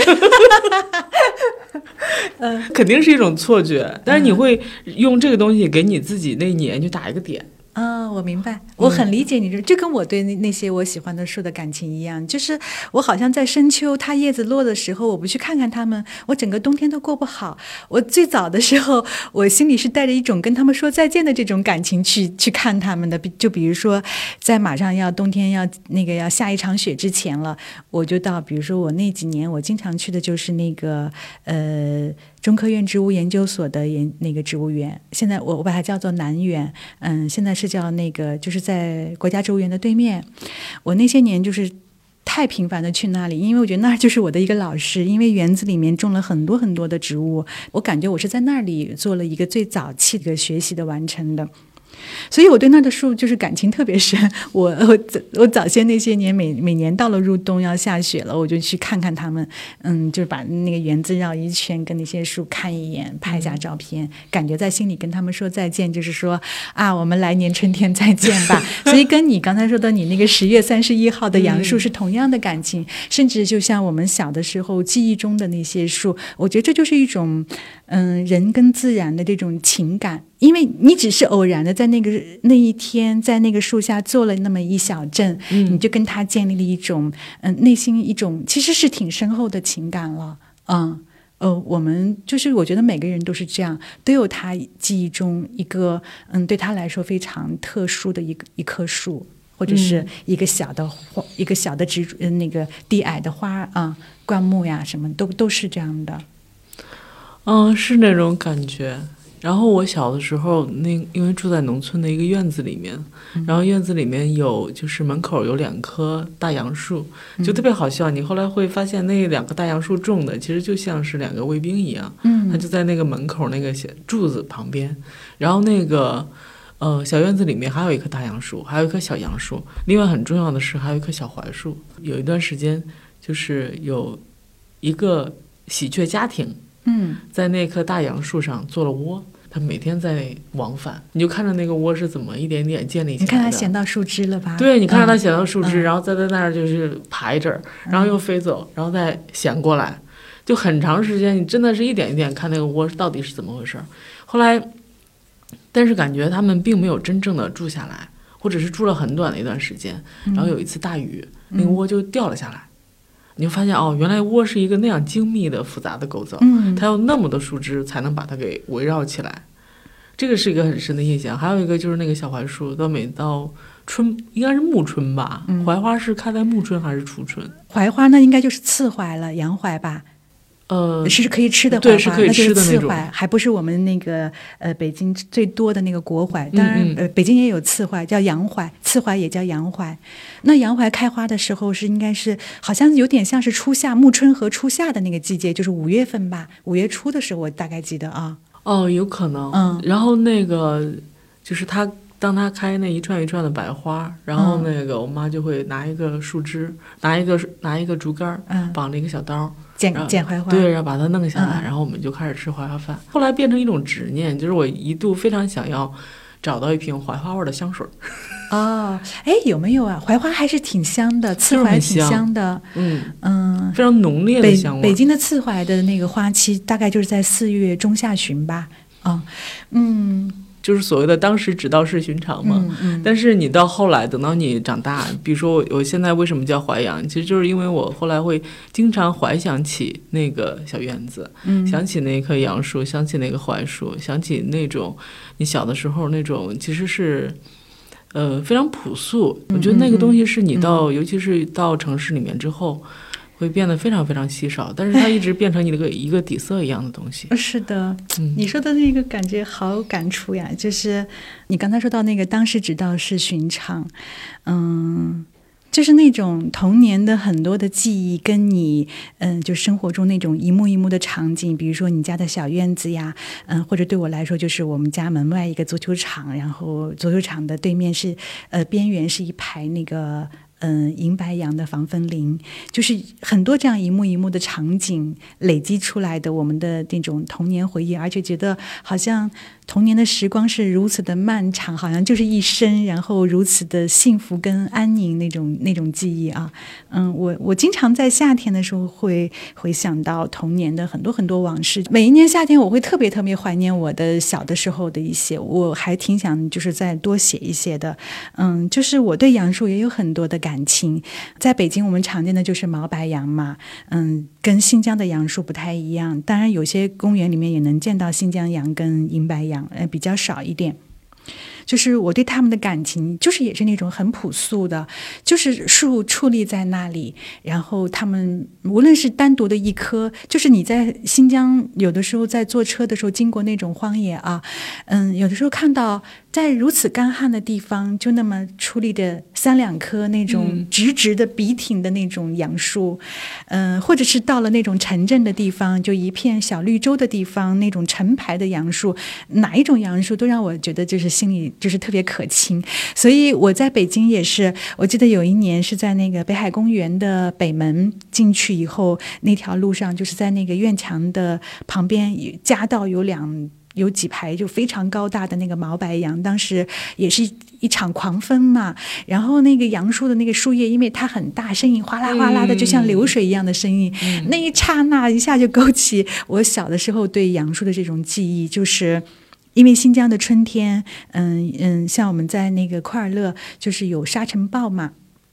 Speaker 1: 嗯，肯定是一种错觉，但是你会用这个东西给你自己那一年就打一个点。
Speaker 2: 啊、哦，我明白，我很理解你这，就跟我对那那些我喜欢的树的感情一样，就是我好像在深秋，它叶子落的时候，我不去看看它们，我整个冬天都过不好。我最早的时候，我心里是带着一种跟他们说再见的这种感情去去看他们的。就比如说，在马上要冬天要那个要下一场雪之前了，我就到，比如说我那几年我经常去的就是那个呃。中科院植物研究所的研那个植物园，现在我我把它叫做南园，嗯，现在是叫那个，就是在国家植物园的对面。我那些年就是太频繁的去那里，因为我觉得那儿就是我的一个老师，因为园子里面种了很多很多的植物，我感觉我是在那里做了一个最早期的学习的完成的。所以我对那儿的树就是感情特别深。我我我早先那些年每每年到了入冬要下雪了，我就去看看他们，嗯，就是把那个园子绕一圈，跟那些树看一眼，拍下照片，嗯、感觉在心里跟他们说再见，就是说啊，我们来年春天再见吧。所以跟你刚才说的你那个十月三十一号的杨树是同样的感情，嗯、甚至就像我们小的时候记忆中的那些树，我觉得这就是一种嗯人跟自然的这种情感。因为你只是偶然的在那个那一天在那个树下做了那么一小阵，嗯、你就跟他建立了一种嗯内心一种其实是挺深厚的情感了，嗯呃，我们就是我觉得每个人都是这样，都有他记忆中一个嗯，对他来说非常特殊的一个一棵树，或者是一个小的花、嗯、一个小的植株，那个低矮的花啊，灌木呀，什么都都是这样的。
Speaker 1: 嗯，是那种感觉。然后我小的时候，那因为住在农村的一个院子里面，然后院子里面有就是门口有两棵大杨树，就特别好笑。你后来会发现那两棵大杨树种的其实就像是两个卫兵一样，嗯，它就在那个门口那个柱子旁边，然后那个呃小院子里面还有一棵大杨树，还有一棵小杨树，另外很重要的是还有一棵小槐树。有一段时间就是有一个喜鹊家庭，嗯，在那棵大杨树上做了窝，他每天在往返，你就看着那个窝是怎么一点点建立起来的。
Speaker 2: 你看它衔到树枝了吧？
Speaker 1: 对，你看着它衔到树枝，
Speaker 2: 嗯、
Speaker 1: 然后再在那儿就是排着，然后又飞走，然后再衔过来，就很长时间，你真的是一点一点看那个窝到底是怎么回事。后来，但是感觉他们并没有真正的住下来，或者是住了很短的一段时间，然后有一次大雨，嗯、那个窝就掉了下来。你就发现哦，原来窝是一个那样精密的复杂的构造，嗯，它有那么多树枝才能把它给围绕起来，这个是一个很深的印象。还有一个就是那个小槐树，到每到春应该是暮春吧，嗯、槐花是开在暮春还是初春？
Speaker 2: 槐花那应该就是刺槐了，洋槐吧。
Speaker 1: 呃，
Speaker 2: 是可以吃的槐花，
Speaker 1: 对，是可以吃的那种，
Speaker 2: 还不是我们那个呃北京最多的那个国槐。当然，嗯嗯呃，北京也有刺槐，叫洋槐，刺槐也叫洋槐。那洋槐开花的时候是应该是好像有点像是初夏，暮春和初夏的那个季节，就是五月份吧，五月初的时候，我大概记得啊。
Speaker 1: 哦，有可能。嗯，然后那个就是它。当它开那一串一串的白花，然后那个我妈就会拿一个树枝，拿一个拿一个竹竿，嗯，绑了一个小刀，
Speaker 2: 剪剪槐花，
Speaker 1: 对，然后把它弄下来，
Speaker 2: 嗯、
Speaker 1: 然后我们就开始吃槐花饭。后来变成一种执念，就是我一度非常想要找到一瓶槐花味的香水。
Speaker 2: 哦，哎，有没有啊？槐花还是挺香的，刺槐挺香的，
Speaker 1: 嗯嗯，非常浓烈的香味。
Speaker 2: 北北京的刺槐的那个花期大概就是在四月中下旬吧，啊，嗯。
Speaker 1: 就是所谓的当时只道是寻常嘛，嗯嗯、但是你到后来等到你长大，比如说我我现在为什么叫淮阳，其实就是因为我后来会经常怀想起那个小院子，嗯、想起那棵杨树，想起那个槐树，想起那种你小的时候那种其实是呃非常朴素，我觉得那个东西是你到、嗯、尤其是到城市里面之后会变得非常非常稀少，但是它一直变成一个一个底色一样的东西。
Speaker 2: 是的，嗯、你说的那个感觉好感触呀，就是你刚才说到那个当时只道是寻常，嗯，就是那种童年的很多的记忆，跟你嗯，就生活中那种一幕一幕的场景，比如说你家的小院子呀，嗯，或者对我来说就是我们家门外一个足球场，然后足球场的对面是呃边缘是一排那个。嗯，银白杨的防风林，就是很多这样一幕一幕的场景累积出来的我们的那种童年回忆，而且觉得好像童年的时光是如此的漫长，好像就是一生，然后如此的幸福跟安宁那种那种记忆啊。嗯，我我经常在夏天的时候会回想到童年的很多很多往事。每一年夏天，我会特别特别怀念我的小的时候的一些，我还挺想就是再多写一些的。嗯，就是我对杨树也有很多的感情，在北京我们常见的就是毛白杨嘛，嗯，跟新疆的杨树不太一样。当然，有些公园里面也能见到新疆杨跟银白杨，呃，比较少一点。就是我对他们的感情，就是也是那种很朴素的，就是树矗立在那里，然后他们无论是单独的一棵，就是你在新疆有的时候在坐车的时候经过那种荒野啊，嗯，有的时候看到在如此干旱的地方，就那么矗立着三两棵那种直直的笔挺的那种杨树，嗯、呃，或者是到了那种城镇的地方，就一片小绿洲的地方，那种成排的杨树，哪一种杨树都让我觉得就是心里就是特别可亲。所以我在北京也是，我记得有一年是在那个北海公园的北门进去以后，那条路上就是在那个院墙的旁边夹道有两有几排就非常高大的那个毛白杨，当时也是一场狂风嘛，然后那个杨树的那个树叶因为它很大，声音哗啦哗啦的，就像流水一样的声音、嗯、那一刹那一下就勾起我小的时候对杨树的这种记忆。就是因为新疆的春天，嗯嗯，像我们在那个库尔勒就是有沙尘暴嘛，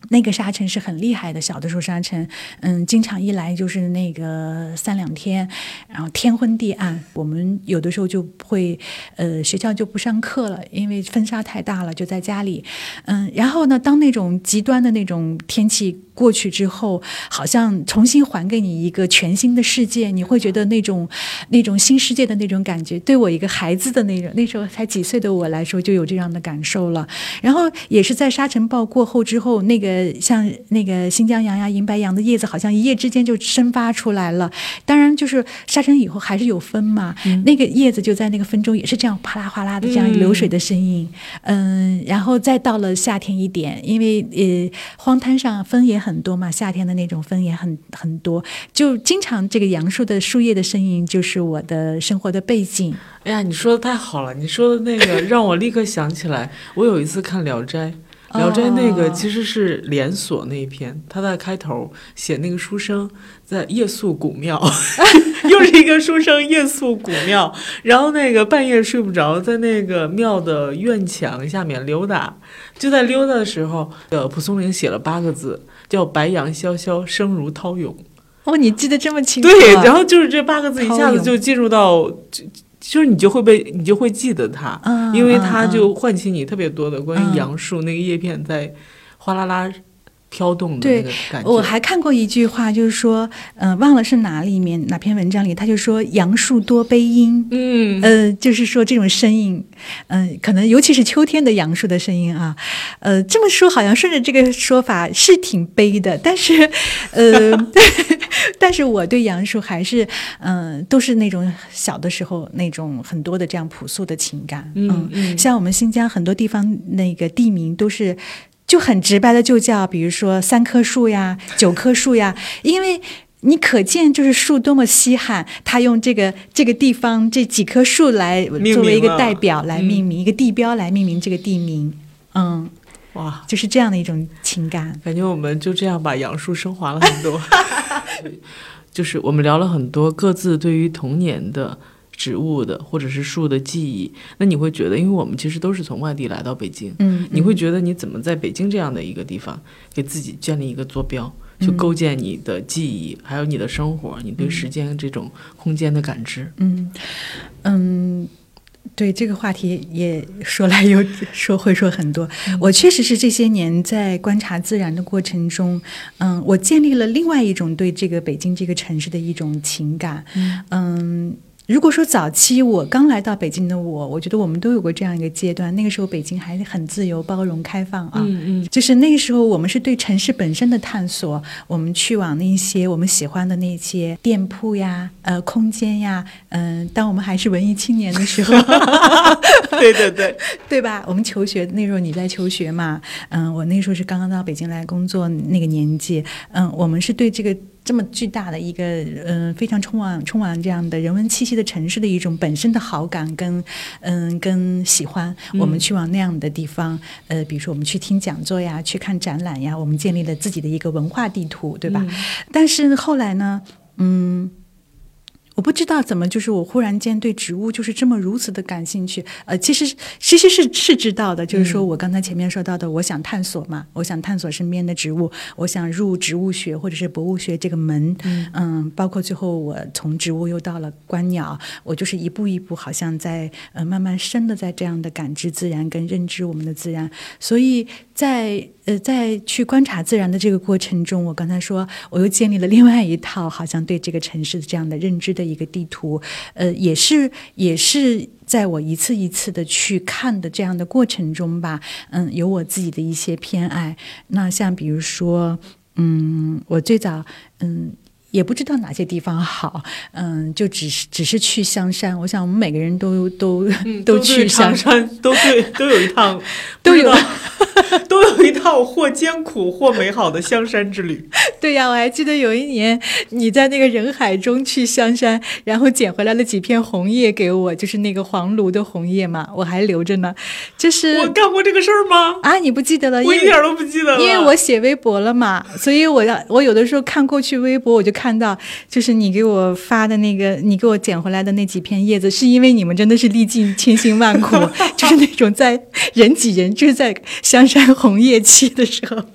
Speaker 2: 那个沙尘是很厉害的，小的时候沙尘，嗯，经常一来就是那个三两天，然后天昏地暗，我们有的时候就会，呃，学校就不上课了，因为风沙太大了，就在家里，嗯，然后呢，当那种极端的那种天气过去之后，好像重新还给你一个全新的世界，你会觉得那种那种新世界的那种感觉，对我一个孩子的那种，那时候才几岁的我来说就有这样的感受了。然后也是在沙尘暴过后之后，那个像那个新疆杨呀、银白杨的叶子，好像一夜之间就生发出来了。当然，就是沙尘以后还是有风嘛，嗯、那个叶子就在那个风中也是这样哗啦哗啦的这样流水的声音。嗯，嗯然后再到了夏天一点，因为呃荒滩上风也很多嘛，夏天的那种风也很很多，就经常这个杨树的树叶的声音就是我的生活的背景。
Speaker 1: 哎呀，你说的太好了！你说的那个让我立刻想起来，我有一次看《聊斋》，《聊斋》那个其实是连锁那一篇，他在开头写那个书生在夜宿古庙，又是一个书生夜宿古庙，然后那个半夜睡不着，在那个庙的院墙下面溜达，就在溜达的时候，呃，蒲松龄写了八个字，叫“白杨萧萧，声如涛涌”。
Speaker 2: 哦，你记得这么清楚、啊？
Speaker 1: 对，然后就是这八个字一下子就进入到。就是你就会被你就会记得它，嗯、因为它就唤起你特别多的关于杨树、嗯、那个叶片在哗啦啦飘动的那个感觉。
Speaker 2: 我还看过一句话，就是说，呃，忘了是哪里面哪篇文章里，他就说杨树多悲音，嗯，呃，就是说这种声音，嗯、呃，可能尤其是秋天的杨树的声音啊，呃，这么说好像顺着这个说法是挺悲的，但是，呃。但是我对杨树还是，嗯、呃，都是那种小的时候那种很多的这样朴素的情感，嗯嗯，像我们新疆很多地方那个地名都是就很直白的就叫，比如说三棵树呀、九棵树呀，因为你可见就是树多么稀罕，他用这个这个地方这几棵树来作为一个代表来命名，嗯、一个地标来命名这个地名，嗯。
Speaker 1: 哇，
Speaker 2: 就是这样的一种情感，
Speaker 1: 感觉我们就这样把杨树升华了很多。就是我们聊了很多各自对于童年的植物的或者是树的记忆。那你会觉得，因为我们其实都是从外地来到北京，嗯，嗯你会觉得你怎么在北京这样的一个地方给自己建立一个坐标，去构建你的记忆，嗯、还有你的生活，你对时间这种空间的感知？嗯
Speaker 2: 嗯。对这个话题也说来又说会说很多。我确实是这些年在观察自然的过程中，嗯，我建立了另外一种对这个北京这个城市的一种情感，嗯。嗯如果说早期我刚来到北京的我，我觉得我们都有过这样一个阶段，那个时候北京还很自由、包容、开放啊，嗯嗯，就是那个时候我们是对城市本身的探索，我们去往那些我们喜欢的那些店铺呀、呃空间呀，嗯、呃，当我们还是文艺青年的时候，
Speaker 1: 对对对，
Speaker 2: 对吧？我们求学那时候你在求学嘛，嗯、呃，我那时候是刚刚到北京来工作那个年纪，嗯、呃，我们是对这个。这么巨大的一个嗯、呃、非常充满充满这样的人文气息的城市的一种本身的好感跟嗯、呃、跟喜欢，我们去往那样的地方，呃比如说我们去听讲座呀，去看展览呀，我们建立了自己的一个文化地图，对吧？嗯、但是后来呢，嗯。我不知道怎么，就是我忽然间对植物就是这么如此的感兴趣。呃，其实其实是是知道的，就是说我刚才前面说到的，我想探索嘛，我想探索身边的植物，我想入植物学或者是博物学这个门。嗯，嗯包括最后我从植物又到了观鸟，我就是一步一步好像在呃慢慢深的在这样的感知自然跟认知我们的自然，所以在呃在去观察自然的这个过程中，我刚才说我又建立了另外一套好像对这个城市这样的认知的一个地图，呃，也是也是在我一次一次的去看的这样的过程中吧，嗯，有我自己的一些偏爱。那像比如说，嗯，我最早，嗯。也不知道哪些地方好，嗯，就只是只是去香山。我想我们每个人都都、嗯、都去香山，
Speaker 1: 都对，都有一趟，
Speaker 2: 都有
Speaker 1: 都有一趟或艰苦或美好的香山之旅。
Speaker 2: 对呀，我还记得有一年你在那个人海中去香山，然后捡回来了几片红叶给我，就是那个黄芦的红叶嘛，我还留着呢。就是
Speaker 1: 我干过这个事儿吗？
Speaker 2: 啊，你不记得了？
Speaker 1: 我一点都不记得了，
Speaker 2: 因为我写微博了嘛，所以我要我有的时候看过去微博，我就看。看到就是你给我发的那个，你给我捡回来的那几片叶子，是因为你们真的是历尽千辛万苦，就是那种在人挤人，就是在香山红叶期的时候。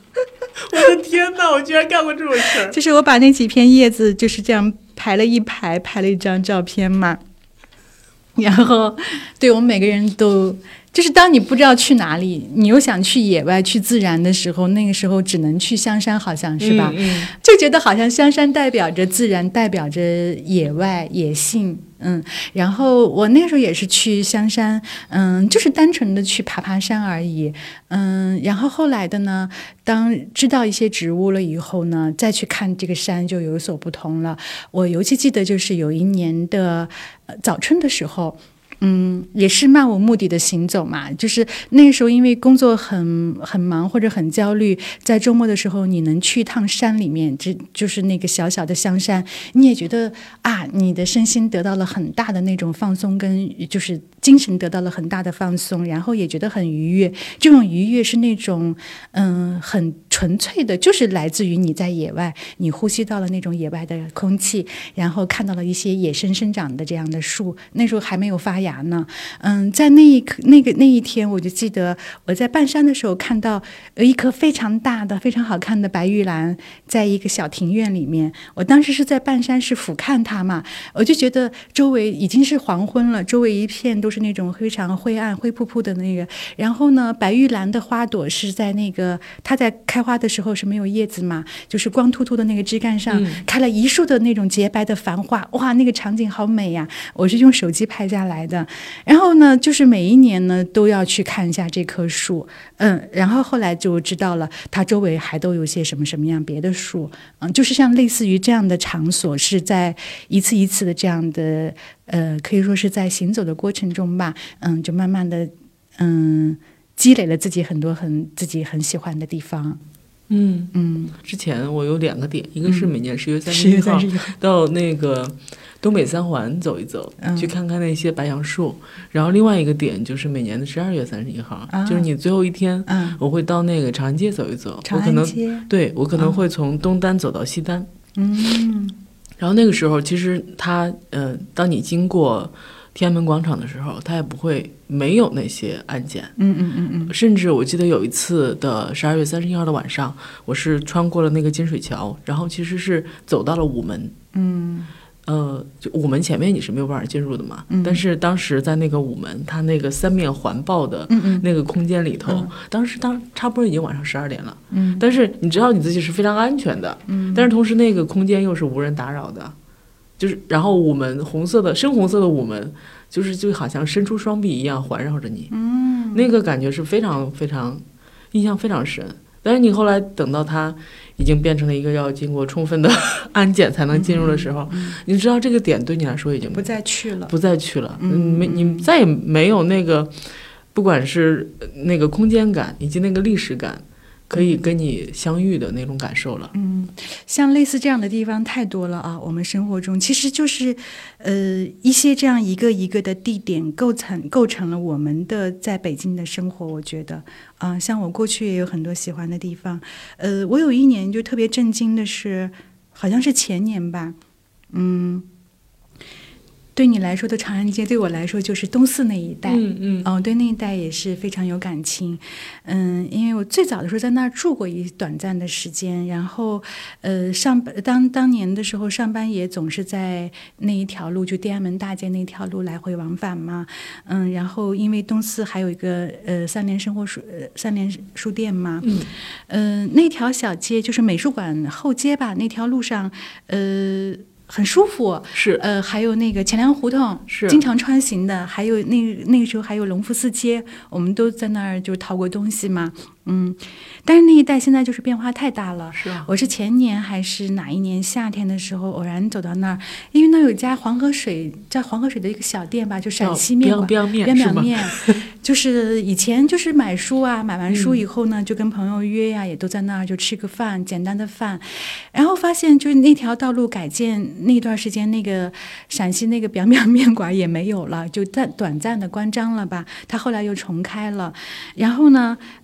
Speaker 1: 我的天哪，我居然干过这种事儿！
Speaker 2: 就是我把那几片叶子就是这样排了一排，拍了一张照片嘛。然后，对我们每个人都，就是当你不知道去哪里，你又想去野外、去自然的时候，那个时候只能去香山，好像是吧？
Speaker 1: 嗯嗯、
Speaker 2: 就觉得好像香山代表着自然，代表着野外、野性。嗯，然后我那时候也是去香山，嗯，就是单纯的去爬爬山而已，嗯，然后后来的呢，当知道一些植物了以后呢，再去看这个山就有所不同了。我尤其记得就是有一年的、呃、早春的时候。嗯，也是漫无目的的行走嘛，就是那个时候因为工作很很忙或者很焦虑，在周末的时候你能去一趟山里面，这就是那个小小的香山，你也觉得啊，你的身心得到了很大的那种放松，跟就是精神得到了很大的放松，然后也觉得很愉悦。这种愉悦是那种嗯很纯粹的，就是来自于你在野外，你呼吸到了那种野外的空气，然后看到了一些野生生长的这样的树，那时候还没有发芽呢。嗯，在那一刻那个那一天，我就记得我在半山的时候看到有一棵非常大的非常好看的白玉兰在一个小庭院里面，我当时是在半山是俯瞰它嘛，我就觉得周围已经是黄昏了，周围一片都是那种非常灰暗灰扑扑的那个，然后呢白玉兰的花朵是在那个它在开花的时候是没有叶子嘛，就是光秃秃的那个枝干上、嗯、开了一束的那种洁白的繁花，哇，那个场景好美呀、啊！我是用手机拍下来的。然后呢，就是每一年呢都要去看一下这棵树，嗯，然后后来就知道了它周围还都有些什么什么样别的树，嗯，就是像类似于这样的场所，是在一次一次的这样的，呃，可以说是在行走的过程中吧，嗯，就慢慢的，嗯，积累了自己很多很自己很喜欢的地方。
Speaker 1: 嗯
Speaker 2: 嗯，
Speaker 1: 之前我有两个点，一个是每年十月三十一号到那个东北三环走一走、嗯、去看看那些白杨树，然后另外一个点就是每年的十二月三十一号、啊、就是你最后一天、嗯、我会到那个长安街走一走，
Speaker 2: 长安街，
Speaker 1: 我可能对我可能会从东单走到西单。
Speaker 2: 嗯，
Speaker 1: 然后那个时候其实它呃，当你经过天安门广场的时候，它也不会没有那些案件。
Speaker 2: 嗯嗯嗯嗯。
Speaker 1: 甚至我记得有一次的十二月三十一号的晚上，我是穿过了那个金水桥，然后其实是走到了午门。
Speaker 2: 嗯。
Speaker 1: 呃，就午门前面你是没有办法进入的嘛。
Speaker 2: 嗯。
Speaker 1: 但是当时在那个午门，它那个三面环抱的那个空间里头，嗯嗯当时当差不多已经晚上十二点了。
Speaker 2: 嗯。
Speaker 1: 但是你知道你自己是非常安全的。
Speaker 2: 嗯。
Speaker 1: 但是同时那个空间又是无人打扰的。就是然后午门红色的深红色的午门就是就好像伸出双臂一样环绕着你，
Speaker 2: 嗯，
Speaker 1: 那个感觉是非常非常印象非常深。但是你后来等到它已经变成了一个要经过充分的安检才能进入的时候、
Speaker 2: 嗯嗯、
Speaker 1: 你知道这个点对你来说已经
Speaker 2: 不再去了不
Speaker 1: 再去了，
Speaker 2: 嗯，
Speaker 1: 没你再也没有那个不管是那个空间感以及那个历史感可以跟你相遇的那种感受了。
Speaker 2: 嗯，像类似这样的地方太多了啊！我们生活中其实就是，呃，一些这样一个一个的地点构成构成了我们的在北京的生活。我觉得，啊、呃，像我过去也有很多喜欢的地方。呃，我有一年就特别震惊的是，好像是前年吧，嗯。对你来说的长安街，对我来说就是东四那一带。
Speaker 1: 嗯嗯，
Speaker 2: 哦，对那一带也是非常有感情。嗯，因为我最早的时候在那儿住过一短暂的时间，然后，呃，上当当年的时候上班也总是在那一条路，就天安门大街那条路来回往返嘛。嗯，然后因为东四还有一个呃三联生活书呃三联书店嘛。
Speaker 1: 嗯，
Speaker 2: 呃，那条小街就是美术馆后街吧，那条路上，呃。很舒服，
Speaker 1: 是
Speaker 2: 呃，还有那个钱粮胡同
Speaker 1: 是
Speaker 2: 经常穿行的，还有那那个时候还有隆福寺街，我们都在那儿就淘过东西嘛，嗯，但是那一带现在就是变化太大了。
Speaker 1: 是啊，
Speaker 2: 我是前年还是哪一年夏天的时候偶然走到那儿，因为那有一家黄河水叫黄河水的一个小店吧，就陕西面馆，
Speaker 1: 边面
Speaker 2: 边边面，就是以前就是买书啊，买完书以后呢，嗯、就跟朋友约呀、啊，也都在那儿就吃个饭，简单的饭，然后发现就是那条道路改建。那段时间，那个陕西那个表面面馆也没有了，就暂短暂的关张了吧。它后来又重开了。然后呢，嗯、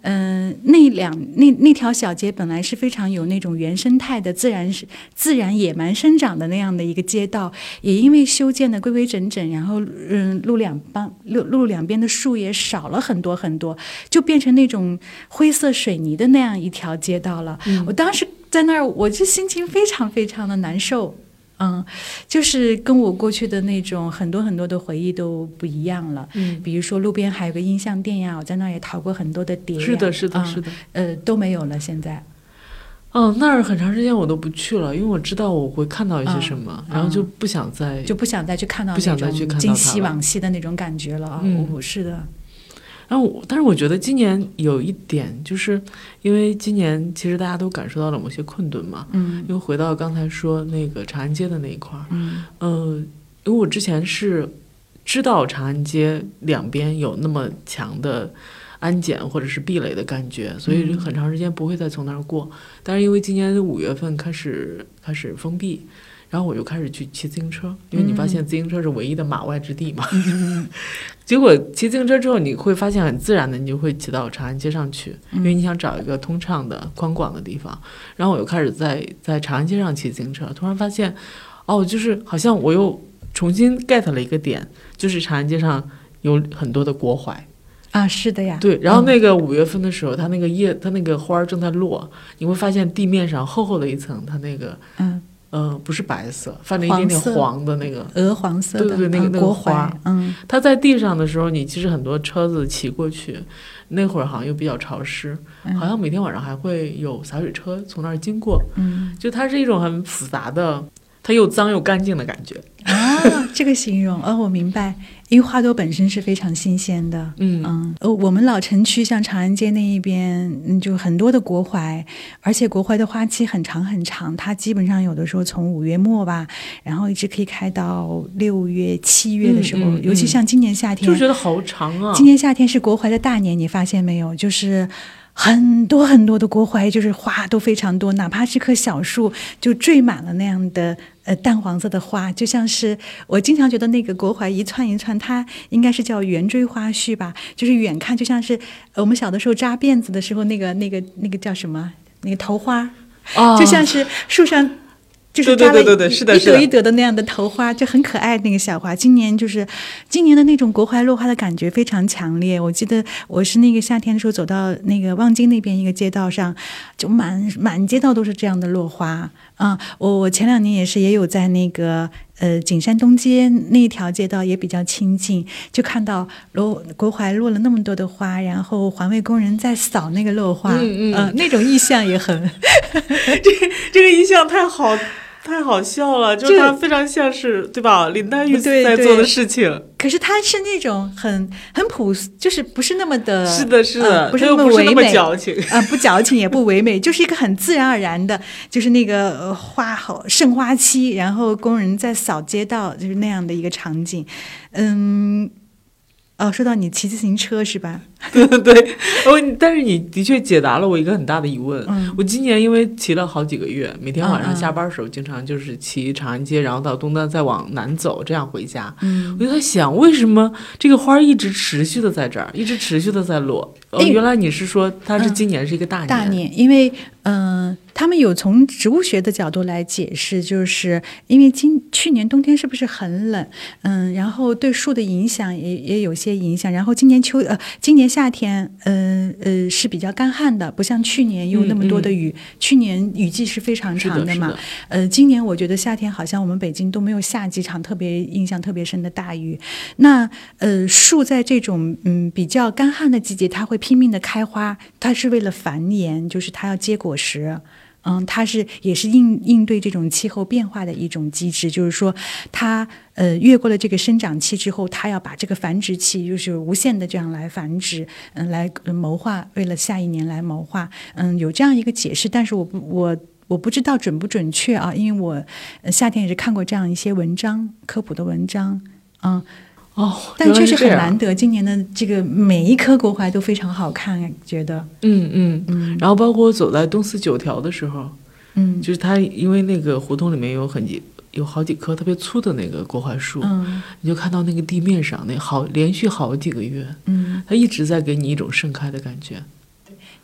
Speaker 2: 呃，那两那那条小街本来是非常有那种原生态的自然自然野蛮生长的那样的一个街道，也因为修建的规规整整，然后嗯，路两帮路路两边的树也少了很多很多，就变成那种灰色水泥的那样一条街道了。嗯、我当时在那儿，我就心情非常非常的难受。嗯，就是跟我过去的那种很多很多的回忆都不一样了。嗯，比如说路边还有个音像店呀，我在那儿也淘过很多的碟。
Speaker 1: 是的，是的，是的。
Speaker 2: 呃，都没有了，现在。
Speaker 1: 哦，那儿很长时间我都不去了，因为我知道我会看到一些什么，嗯、然后就不想再
Speaker 2: 就不想再去看到
Speaker 1: 不想再去看到
Speaker 2: 今昔往昔的那种感觉了啊！嗯、我是的。
Speaker 1: 然后，但是我觉得今年有一点，就是因为今年其实大家都感受到了某些困顿嘛。嗯。又回到刚才说那个长安街的那一块儿。嗯。呃，因为我之前是知道长安街两边有那么强的安检或者是壁垒的感觉，所以很长时间不会再从那儿过。嗯、但是因为今年五月份开始开始封闭。然后我就开始去骑自行车，因为你发现自行车是唯一的马外之地嘛。嗯、结果骑自行车之后，你会发现很自然的，你就会骑到长安街上去，因为你想找一个通畅的、宽广的地方。然后我又开始在在长安街上骑自行车，突然发现，哦，就是好像我又重新 get 了一个点，就是长安街上有很多的国槐。
Speaker 2: 啊，是的呀。
Speaker 1: 对，然后那个五月份的时候，嗯、它那个叶，它那个花正在落，你会发现地面上厚厚的一层，它那个嗯。呃，不是白色，泛着一点点黄的那个
Speaker 2: 鹅黄色的，
Speaker 1: 对对对，那个那个花，
Speaker 2: 嗯，
Speaker 1: 它在地上的时候，你其实很多车子骑过去，那会儿好像又比较潮湿，嗯、好像每天晚上还会有洒水车从那儿经过，嗯，就它是一种很复杂的，它又脏又干净的感觉
Speaker 2: 啊，这个形容，哦，我明白。因为花朵本身是非常新鲜的，嗯嗯，呃，我们老城区像长安街那一边，嗯，就很多的国槐，而且国槐的花期很长很长，它基本上有的时候从五月末吧，然后一直可以开到六月、七月的时候，嗯嗯嗯、尤其像今年夏天，
Speaker 1: 就觉得好长啊。
Speaker 2: 今年夏天是国槐的大年，你发现没有？就是很多很多的国槐，就是花都非常多，哪怕是棵小树，就缀满了那样的。呃，淡黄色的花，就像是我经常觉得那个国槐一串一串，它应该是叫圆锥花序吧，就是远看就像是我们小的时候扎辫子的时候那个那个那个叫什么那个头花，哦、就像是树上就是扎了一朵一朵的那样的头花，就很可爱那个小花。今年就是今年的那种国槐落花的感觉非常强烈。我记得我是那个夏天的时候走到那个望京那边一个街道上，就满满街道都是这样的落花。啊、嗯，我我前两年也是也有在那个呃景山东街那一条街道也比较亲近，就看到落国槐落了那么多的花，然后环卫工人在扫那个落花，嗯嗯、呃，那种意象也很，
Speaker 1: 这这个意象太好。太好笑了，就是它非常像是 对, 对吧？林黛玉在做的事情，
Speaker 2: 对对，可是它是那种很很朴素，就是不是那么的，
Speaker 1: 是的，是的，
Speaker 2: 呃、不是那么唯美，
Speaker 1: 矫情
Speaker 2: 啊、呃，不矫情也不唯美，就是一个很自然而然的，就是那个、呃、花好盛花期，然后工人在扫街道，就是那样的一个场景，嗯。哦，说到你骑自行车是吧？
Speaker 1: 对对对，哦，但是你的确解答了我一个很大的疑问。嗯、我今年因为骑了好几个月，每天晚上下班的时候，经常就是骑长安街，然后到东单再往南走，这样回家。嗯，我就在想，为什么这个花一直持续的在这儿，一直持续的在落？哦，原来你是说它是今年是一个大年？
Speaker 2: 大年，因为嗯。呃他们有从植物学的角度来解释，就是因为今去年冬天是不是很冷，嗯，然后对树的影响也也有些影响，然后今年秋呃今年夏天，呃呃是比较干旱的，不像去年有那么多的雨，嗯嗯、去年雨季是非常长的嘛，
Speaker 1: 是的是的
Speaker 2: 呃，今年我觉得夏天好像我们北京都没有下几场特别印象特别深的大雨，那呃树在这种嗯比较干旱的季节，它会拼命的开花，它是为了繁衍，就是它要结果实。嗯，它是也是应应对这种气候变化的一种机制，就是说它呃越过了这个生长期之后，它要把这个繁殖期就是无限的这样来繁殖，嗯，来谋划，为了下一年来谋划，嗯，有这样一个解释，但是我不我我不知道准不准确啊，因为我、呃、夏天也是看过这样一些文章，科普的文章，嗯。
Speaker 1: 哦，
Speaker 2: 但确实很难得，今年的这个每一颗国槐都非常好看，觉得，
Speaker 1: 嗯嗯嗯。然后包括我走在东四九条的时候，嗯，就是它因为那个胡同里面有很几有好几棵特别粗的那个国槐树，嗯，你就看到那个地面上那好连续好几个月，嗯，它一直在给你一种盛开的感觉。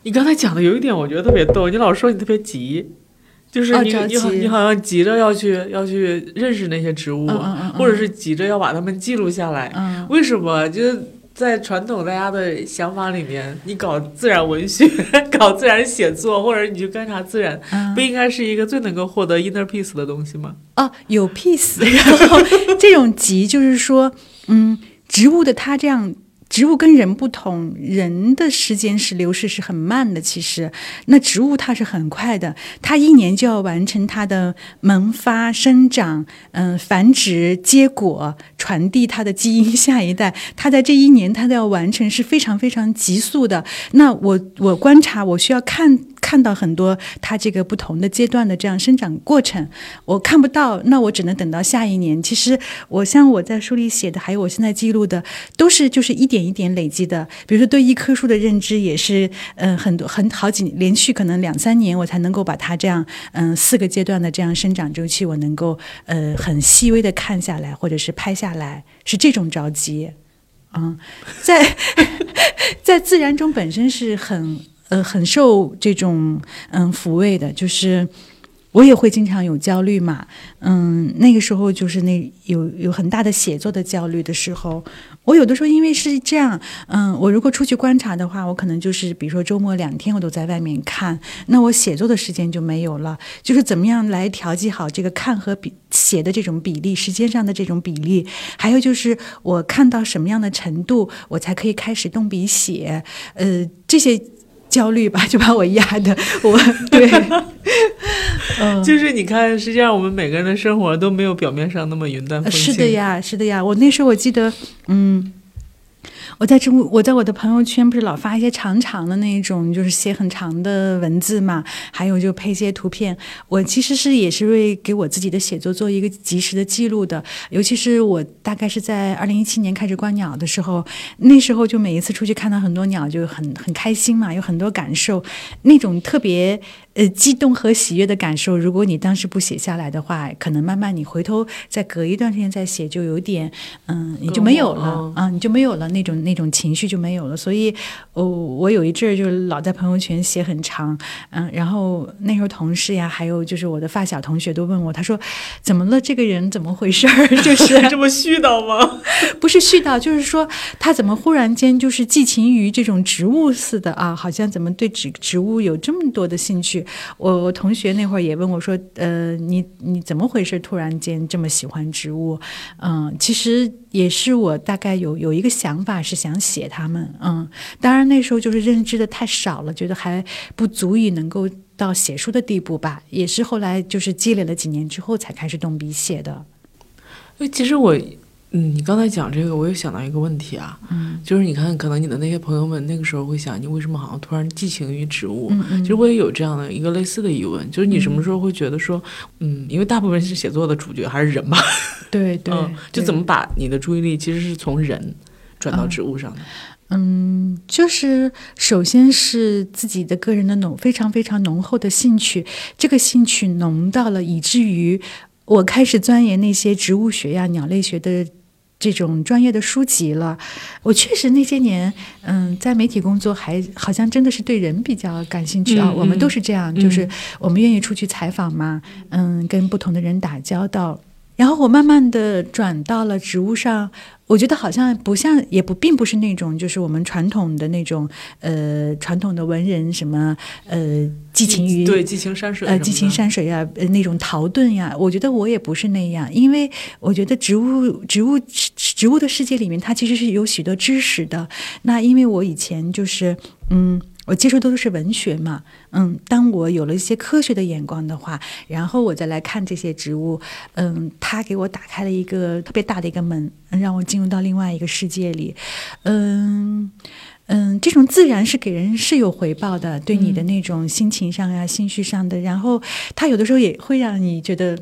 Speaker 1: 你刚才讲的有一点我觉得特别逗，你老说你特别急，就是你、
Speaker 2: 哦、
Speaker 1: 你好你好像急着要去要去认识那些植物、
Speaker 2: 嗯嗯嗯、
Speaker 1: 或者是急着要把它们记录下来、
Speaker 2: 嗯、
Speaker 1: 为什么就是在传统大家的想法里面，你搞自然文学搞自然写作或者你去观察自然、嗯、不应该是一个最能够获得 inner peace 的东西吗？
Speaker 2: 哦，有 peace 然后这种急就是说嗯，植物的它这样植物跟人不同，人的时间是流逝是很慢的，其实那植物它是很快的，它一年就要完成它的萌发、生长、嗯、繁殖、结果、传递它的基因下一代，它在这一年它都要完成，是非常非常急速的。那我我观察，我需要看看到很多它这个不同的阶段的这样生长过程，我看不到，那我只能等到下一年。其实我像我在书里写的，还有我现在记录的，都是就是一点一点累积的。比如说对一棵树的认知也是，嗯、呃，很多很好几连续可能两三年，我才能够把它这样，嗯、呃，四个阶段的这样生长周期，我能够呃很细微的看下来，或者是拍下来，是这种着急。嗯，在在自然中本身是很呃很受这种嗯抚慰的，就是我也会经常有焦虑嘛，嗯，那个时候就是那有有很大的写作的焦虑的时候，我有的时候因为是这样，嗯，我如果出去观察的话，我可能就是比如说周末两天我都在外面看，那我写作的时间就没有了，就是怎么样来调剂好这个看和比写的这种比例，时间上的这种比例，还有就是我看到什么样的程度，我才可以开始动笔写，呃，这些焦虑吧，就把我压的，我对。嗯，
Speaker 1: 就是你看，实际上我们每个人的生活都没有表面上那么云淡风轻。
Speaker 2: 是的呀，是的呀。我那时候我记得，嗯，我在中我在我的朋友圈不是老发一些长长的那种，就是写很长的文字嘛，还有就配一些图片。我其实是也是为给我自己的写作做一个及时的记录的。尤其是我大概是在二零一七年开始观鸟的时候，那时候就每一次出去看到很多鸟，就很很开心嘛，有很多感受，那种特别。呃，激动和喜悦的感受，如果你当时不写下来的话，可能慢慢你回头再隔一段时间再写，就有点，嗯，你就没有了啊，你就没有了那种那种情绪就没有了。所以，哦，我有一阵儿就老在朋友圈写很长，嗯，然后那时候同事呀，还有就是我的发小同学都问我，他说怎么了？这个人怎么回事儿？就是
Speaker 1: 这么絮叨吗？
Speaker 2: 不是絮叨，就是说他怎么忽然间就是寄情于这种植物似的啊，好像怎么对植植物有这么多的兴趣。我我同学那会儿也问我说，呃，你你怎么回事？突然间这么喜欢植物？嗯，其实也是我大概有有一个想法是想写他们，嗯，当然那时候就是认知的太少了，觉得还不足以能够到写书的地步吧。也是后来就是积累了几年之后才开始动笔写的。
Speaker 1: 其实我。嗯，你刚才讲这个，我又想到一个问题啊，
Speaker 2: 嗯，
Speaker 1: 就是你看，可能你的那些朋友们那个时候会想，你为什么好像突然寄情于植物？
Speaker 2: 嗯嗯，
Speaker 1: 其实我也有这样的一个类似的疑问，就是你什么时候会觉得说，嗯，因为大部分是写作的主角还是人嘛，
Speaker 2: 对对、
Speaker 1: 嗯，就怎么把你的注意力其实是从人转到植物上的？
Speaker 2: 嗯，就是首先是自己的个人的浓非常非常浓厚的兴趣，这个兴趣浓到了以至于我开始钻研那些植物学呀、鸟类学的这种专业的书籍了。我确实那些年嗯，在媒体工作还好像真的是对人比较感兴趣啊、嗯嗯、我们都是这样，就是我们愿意出去采访嘛，嗯，跟不同的人打交道，然后我慢慢的转到了植物上。我觉得好像不像，也不并不是那种就是我们传统的那种呃传统的文人什么呃寄情于
Speaker 1: 对寄情山水
Speaker 2: 呃寄情山水呀、呃、那种陶遁呀，我觉得我也不是那样，因为我觉得植物植物植物的世界里面它其实是有许多知识的。那因为我以前就是嗯。我接触都是文学嘛，嗯，当我有了一些科学的眼光的话，然后我再来看这些植物，嗯，它给我打开了一个特别大的一个门，让我进入到另外一个世界里，嗯嗯，这种自然是给人是有回报的，对你的那种心情上呀、心绪上的，然后它有的时候也会让你觉得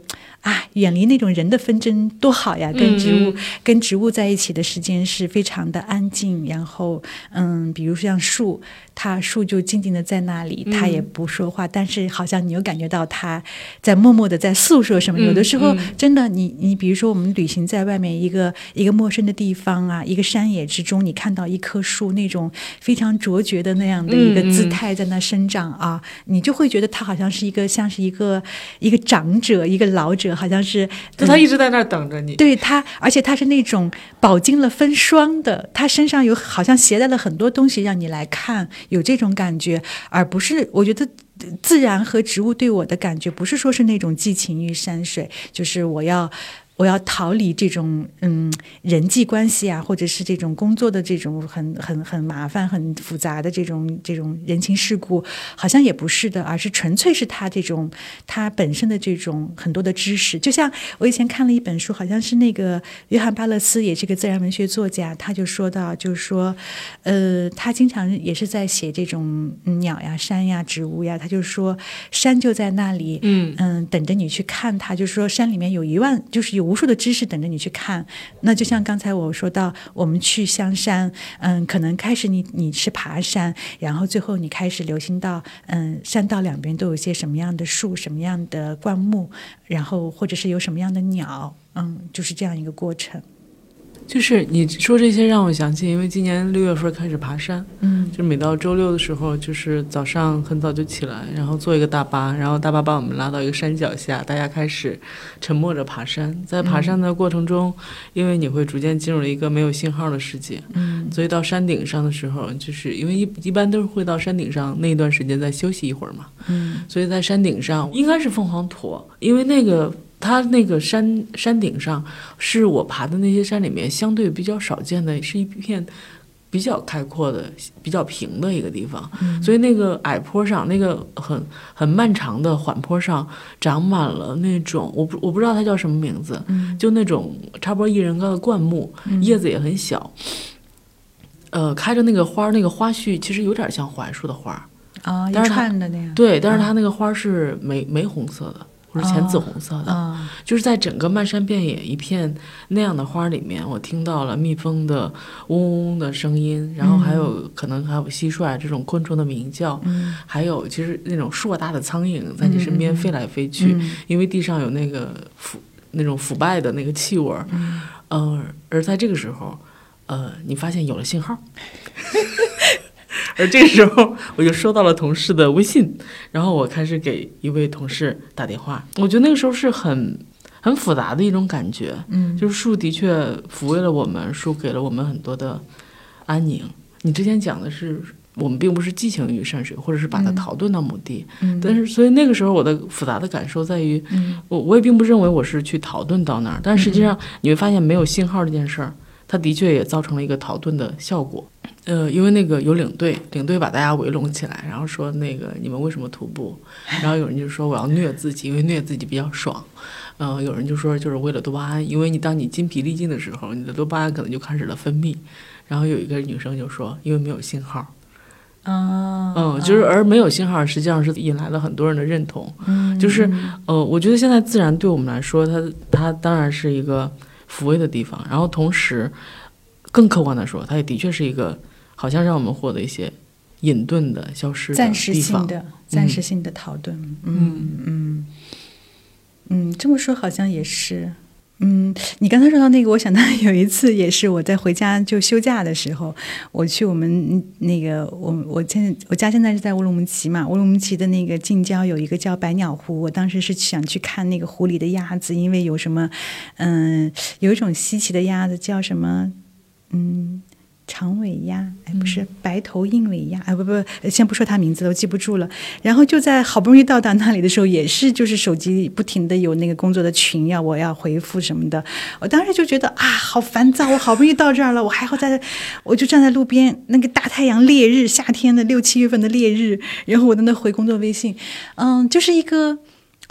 Speaker 2: 啊，远离那种人的纷争多好呀！跟植物、
Speaker 1: 嗯、
Speaker 2: 跟植物在一起的时间是非常的安静，然后嗯，比如像树，它树就静静的在那里，它也不说话，嗯、但是好像你又感觉到它在默默的在诉说什么。嗯、有的时候真的，你你比如说我们旅行在外面一个一个陌生的地方啊，一个山野之中，你看到一棵树那种非常卓绝的那样的一个姿态在那生长啊，嗯、你就会觉得它好像是一个像是一个一个长者，一个老者，好像是，
Speaker 1: 就他一直在那儿等着你。
Speaker 2: 嗯、对他，而且他是那种饱经了风霜的，他身上有好像携带了很多东西让你来看，有这种感觉，而不是我觉得。自然和植物对我的感觉不是说是那种寄情于山水，就是我要我要逃离这种嗯人际关系啊，或者是这种工作的这种很很很麻烦很复杂的这种这种人情世故，好像也不是的，而是纯粹是他这种他本身的这种很多的知识。就像我以前看了一本书，好像是那个约翰巴勒斯，也是个自然文学作家，他就说到，就是说呃他经常也是在写这种鸟呀山呀植物呀，他就说山就在那里，嗯嗯等着你去看它，就是说山里面有一万就是有无数的知识等着你去看。那就像刚才我说到，我们去香山，嗯，可能开始你你是爬山，然后最后你开始留心到，嗯，山道两边都有些什么样的树，什么样的灌木，然后或者是有什么样的鸟，嗯，就是这样一个过程。
Speaker 1: 就是你说这些让我想起，因为今年六月份开始爬山，嗯，就每到周六的时候，就是早上很早就起来，然后坐一个大巴，然后大巴把我们拉到一个山脚下，大家开始沉默着爬山。在爬山的过程中，嗯、因为你会逐渐进入了一个没有信号的世界，嗯，所以到山顶上的时候，就是因为一一般都是会到山顶上那一段时间再休息一会儿嘛，嗯，所以在山顶上应该是凤凰驼，因为那个。它那个山山顶上是我爬的那些山里面相对比较少见的，是一片比较开阔的比较平的一个地方，嗯、所以那个矮坡上那个很很漫长的缓坡上长满了那种我不我不知道它叫什么名字，嗯、就那种差不多一人高的灌木，嗯、叶子也很小，呃，开着那个花，那个花序其实有点像槐树的花
Speaker 2: 啊，一串的那样。
Speaker 1: 对，但是它那个花是玫玫红色的。或者浅紫红色的，哦、就是在整个漫山遍野一片那样的花里面，我听到了蜜蜂的嗡嗡嗡的声音，然后还有、嗯、可能还有蟋蟀这种昆虫的鸣叫，嗯、还有其实那种硕大的苍蝇在你身边飞来飞去，嗯、因为地上有那个腐那种腐败的那个气味，嗯、呃，而在这个时候，呃，你发现有了信号。而这个时候我就收到了同事的微信，然后我开始给一位同事打电话。我觉得那个时候是很很复杂的一种感觉，嗯，就是树的确抚慰了我们，树给了我们很多的安宁。你之前讲的是我们并不是寄情于山水，或者是把它逃遁到某地，嗯、但是所以那个时候我的复杂的感受在于，嗯、我我也并不认为我是去逃遁到那儿，但实际上你会发现没有信号这件事儿，它的确也造成了一个逃遁的效果。呃，因为那个有领队，领队把大家围拢起来，然后说那个你们为什么徒步？然后有人就说我要虐自己，因为虐自己比较爽。嗯、呃，有人就说就是为了多巴胺，因为你当你筋疲力尽的时候，你的多巴胺可能就开始了分泌。然后有一个女生就说，因为没有信号。
Speaker 2: 哦，
Speaker 1: 嗯，就是而没有信号，实际上是引来了很多人的认同。嗯，就是呃，我觉得现在自然对我们来说，它它当然是一个抚慰的地方，然后同时更客观的说，它也的确是一个好像让我们获得一些隐遁的消失的地方，
Speaker 2: 暂时性的暂时性的逃遁。嗯嗯嗯，这么说好像也是。嗯，你刚才说到那个，我想到有一次也是我在回家就休假的时候，我去我们那个我我现在我家现在是在乌鲁木齐嘛，乌鲁木齐的那个近郊有一个叫百鸟湖，我当时是想去看那个湖里的鸭子，因为有什么嗯有一种稀奇的鸭子叫什么嗯。长尾鸭，哎，不是白头鹰尾鸭，哎，不不，先不说它名字了，我记不住了。然后就在好不容易到达那里的时候，也是就是手机不停的有那个工作的群要我要回复什么的，我当时就觉得啊，好烦躁，我好不容易到这儿了，我还要在，我就站在路边，那个大太阳烈日，夏天的六七月份的烈日，然后我在那回工作微信，嗯，就是一个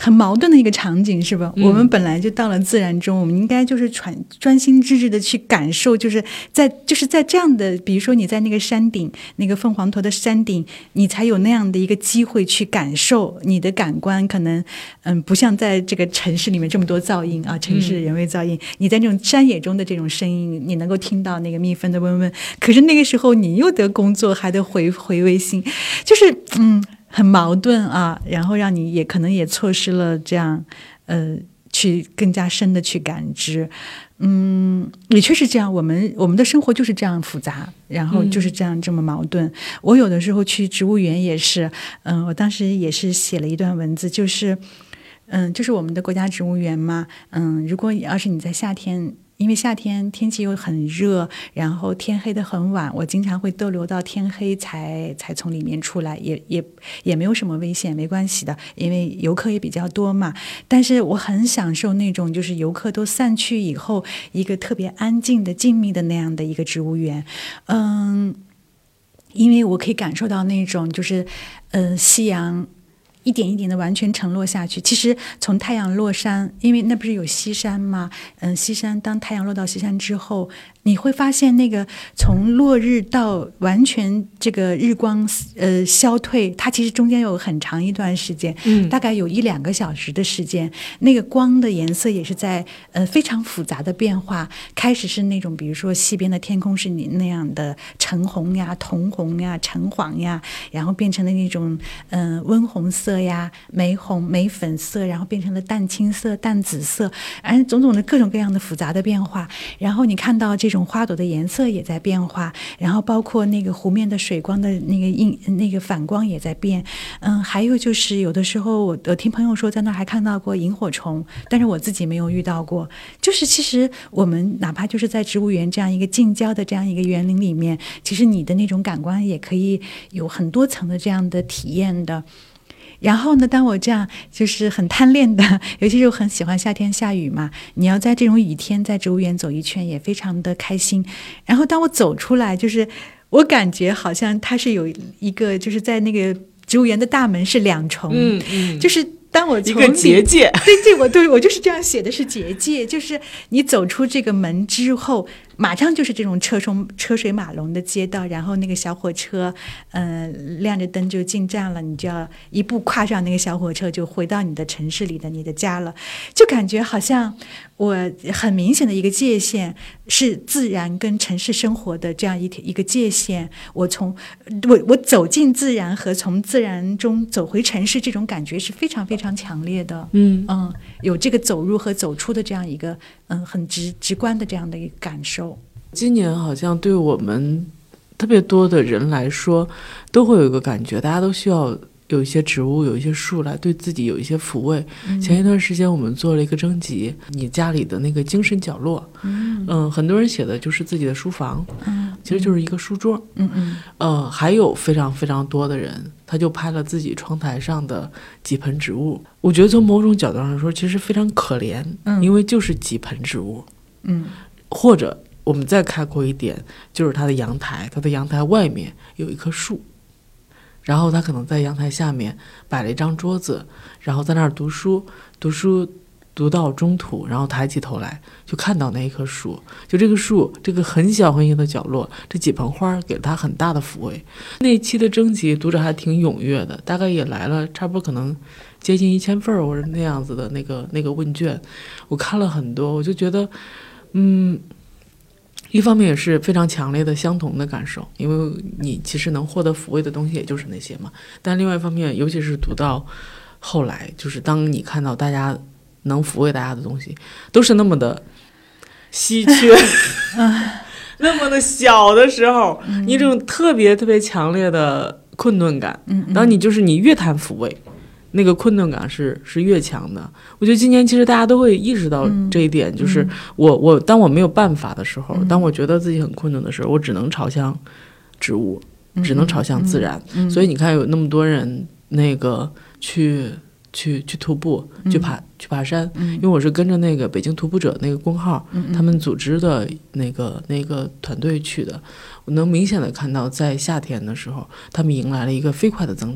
Speaker 2: 很矛盾的一个场景，是吧？嗯、我们本来就到了自然中，我们应该就是专专心致志的去感受，就是在就是在这样的，比如说你在那个山顶，那个凤凰头的山顶，你才有那样的一个机会去感受。你的感官可能嗯，不像在这个城市里面这么多噪音啊，城市人为噪音。嗯、你在这种山野中的这种声音，你能够听到那个蜜蜂的嗡嗡。可是那个时候你又得工作，还得回回微信，就是嗯。很矛盾啊，然后让你也可能也错失了这样，呃，去更加深的去感知，嗯，也确实这样。我们我们的生活就是这样复杂，然后就是这样这么矛盾。嗯、我有的时候去植物园也是，嗯、呃，我当时也是写了一段文字，就是，嗯，就是我们的国家植物园嘛，嗯，如果要是你在夏天。因为夏天天气又很热，然后天黑得很晚，我经常会逗留到天黑才才从里面出来，也也也没有什么危险，没关系的，因为游客也比较多嘛。但是我很享受那种就是游客都散去以后，一个特别安静的、静谧的那样的一个植物园，嗯，因为我可以感受到那种就是呃夕阳。一点一点的完全沉落下去。其实从太阳落山，因为那不是有西山吗？嗯，西山当太阳落到西山之后，你会发现那个从落日到完全这个日光呃消退，它其实中间有很长一段时间，嗯，大概有一两个小时的时间。那个光的颜色也是在呃非常复杂的变化。开始是那种比如说西边的天空是你那样的橙红呀、铜红呀、橙黄呀，然后变成了那种嗯、呃、温红色。呀，玫红、玫粉色，然后变成了淡青色、淡紫色，而种种的各种各样的复杂的变化。然后你看到这种花朵的颜色也在变化，然后包括那个湖面的水光的那个映那个反光也在变。嗯，还有就是有的时候我我听朋友说在那儿还看到过萤火虫，但是我自己没有遇到过。就是其实我们哪怕就是在植物园这样一个近郊的这样一个园林里面，其实你的那种感官也可以有很多层的这样的体验的。然后呢，当我这样就是很贪恋的，尤其是我很喜欢夏天下雨嘛，你要在这种雨天在植物园走一圈也非常的开心。然后当我走出来，就是我感觉好像它是有一个就是在那个植物园的大门是两重，嗯嗯，就是当我从
Speaker 1: 一个结界，
Speaker 2: 对对，我对我就是这样写的是结界，就是你走出这个门之后，马上就是这种车冲车水马龙的街道，然后那个小火车，呃，亮着灯就进站了，你就要一步跨上那个小火车，就回到你的城市里的你的家了，就感觉好像我很明显的一个界限是自然跟城市生活的这样一一个界限，我从我我走进自然和从自然中走回城市，这种感觉是非常非常强烈的，嗯嗯，有这个走入和走出的这样一个嗯很直直观的这样的一个感受。
Speaker 1: 今年好像对我们特别多的人来说都会有一个感觉，大家都需要有一些植物有一些树来对自己有一些抚慰、嗯、前一段时间我们做了一个征集，你家里的那个精神角落，嗯、呃、很多人写的就是自己的书房，嗯，其实就是一个书桌，嗯嗯，呃，还有非常非常多的人他就拍了自己窗台上的几盆植物，我觉得从某种角度上说其实非常可怜、嗯、因为就是几盆植物，嗯，或者我们再开阔一点，就是他的阳台，他的阳台外面有一棵树，然后他可能在阳台下面摆了一张桌子，然后在那儿读书，读书读到中途，然后抬起头来就看到那一棵树，就这个树这个很小很小的角落，这几盆花给了他很大的抚慰。那一期的征集读者还挺踊跃的，大概也来了差不多可能接近一千份或者那样子的那个那个问卷，我看了很多，我就觉得嗯一方面也是非常强烈的相同的感受，因为你其实能获得抚慰的东西也就是那些嘛。但另外一方面，尤其是读到后来，就是当你看到大家能抚慰大家的东西都是那么的稀缺那么的小的时候、嗯、你这种特别特别强烈的困顿感，当你就是你越谈抚慰，那个困顿感是是越强的。我觉得今年其实大家都会意识到这一点、嗯、就是我我当我没有办法的时候、嗯、当我觉得自己很困顿的时候，我只能朝向植物、嗯、只能朝向自然、嗯嗯、所以你看有那么多人那个去去去徒步、嗯、去爬去爬山、嗯、因为我是跟着那个北京徒步者那个公号、嗯、他们组织的那个那个团队去的，我能明显的看到在夏天的时候他们迎来了一个飞快的增长，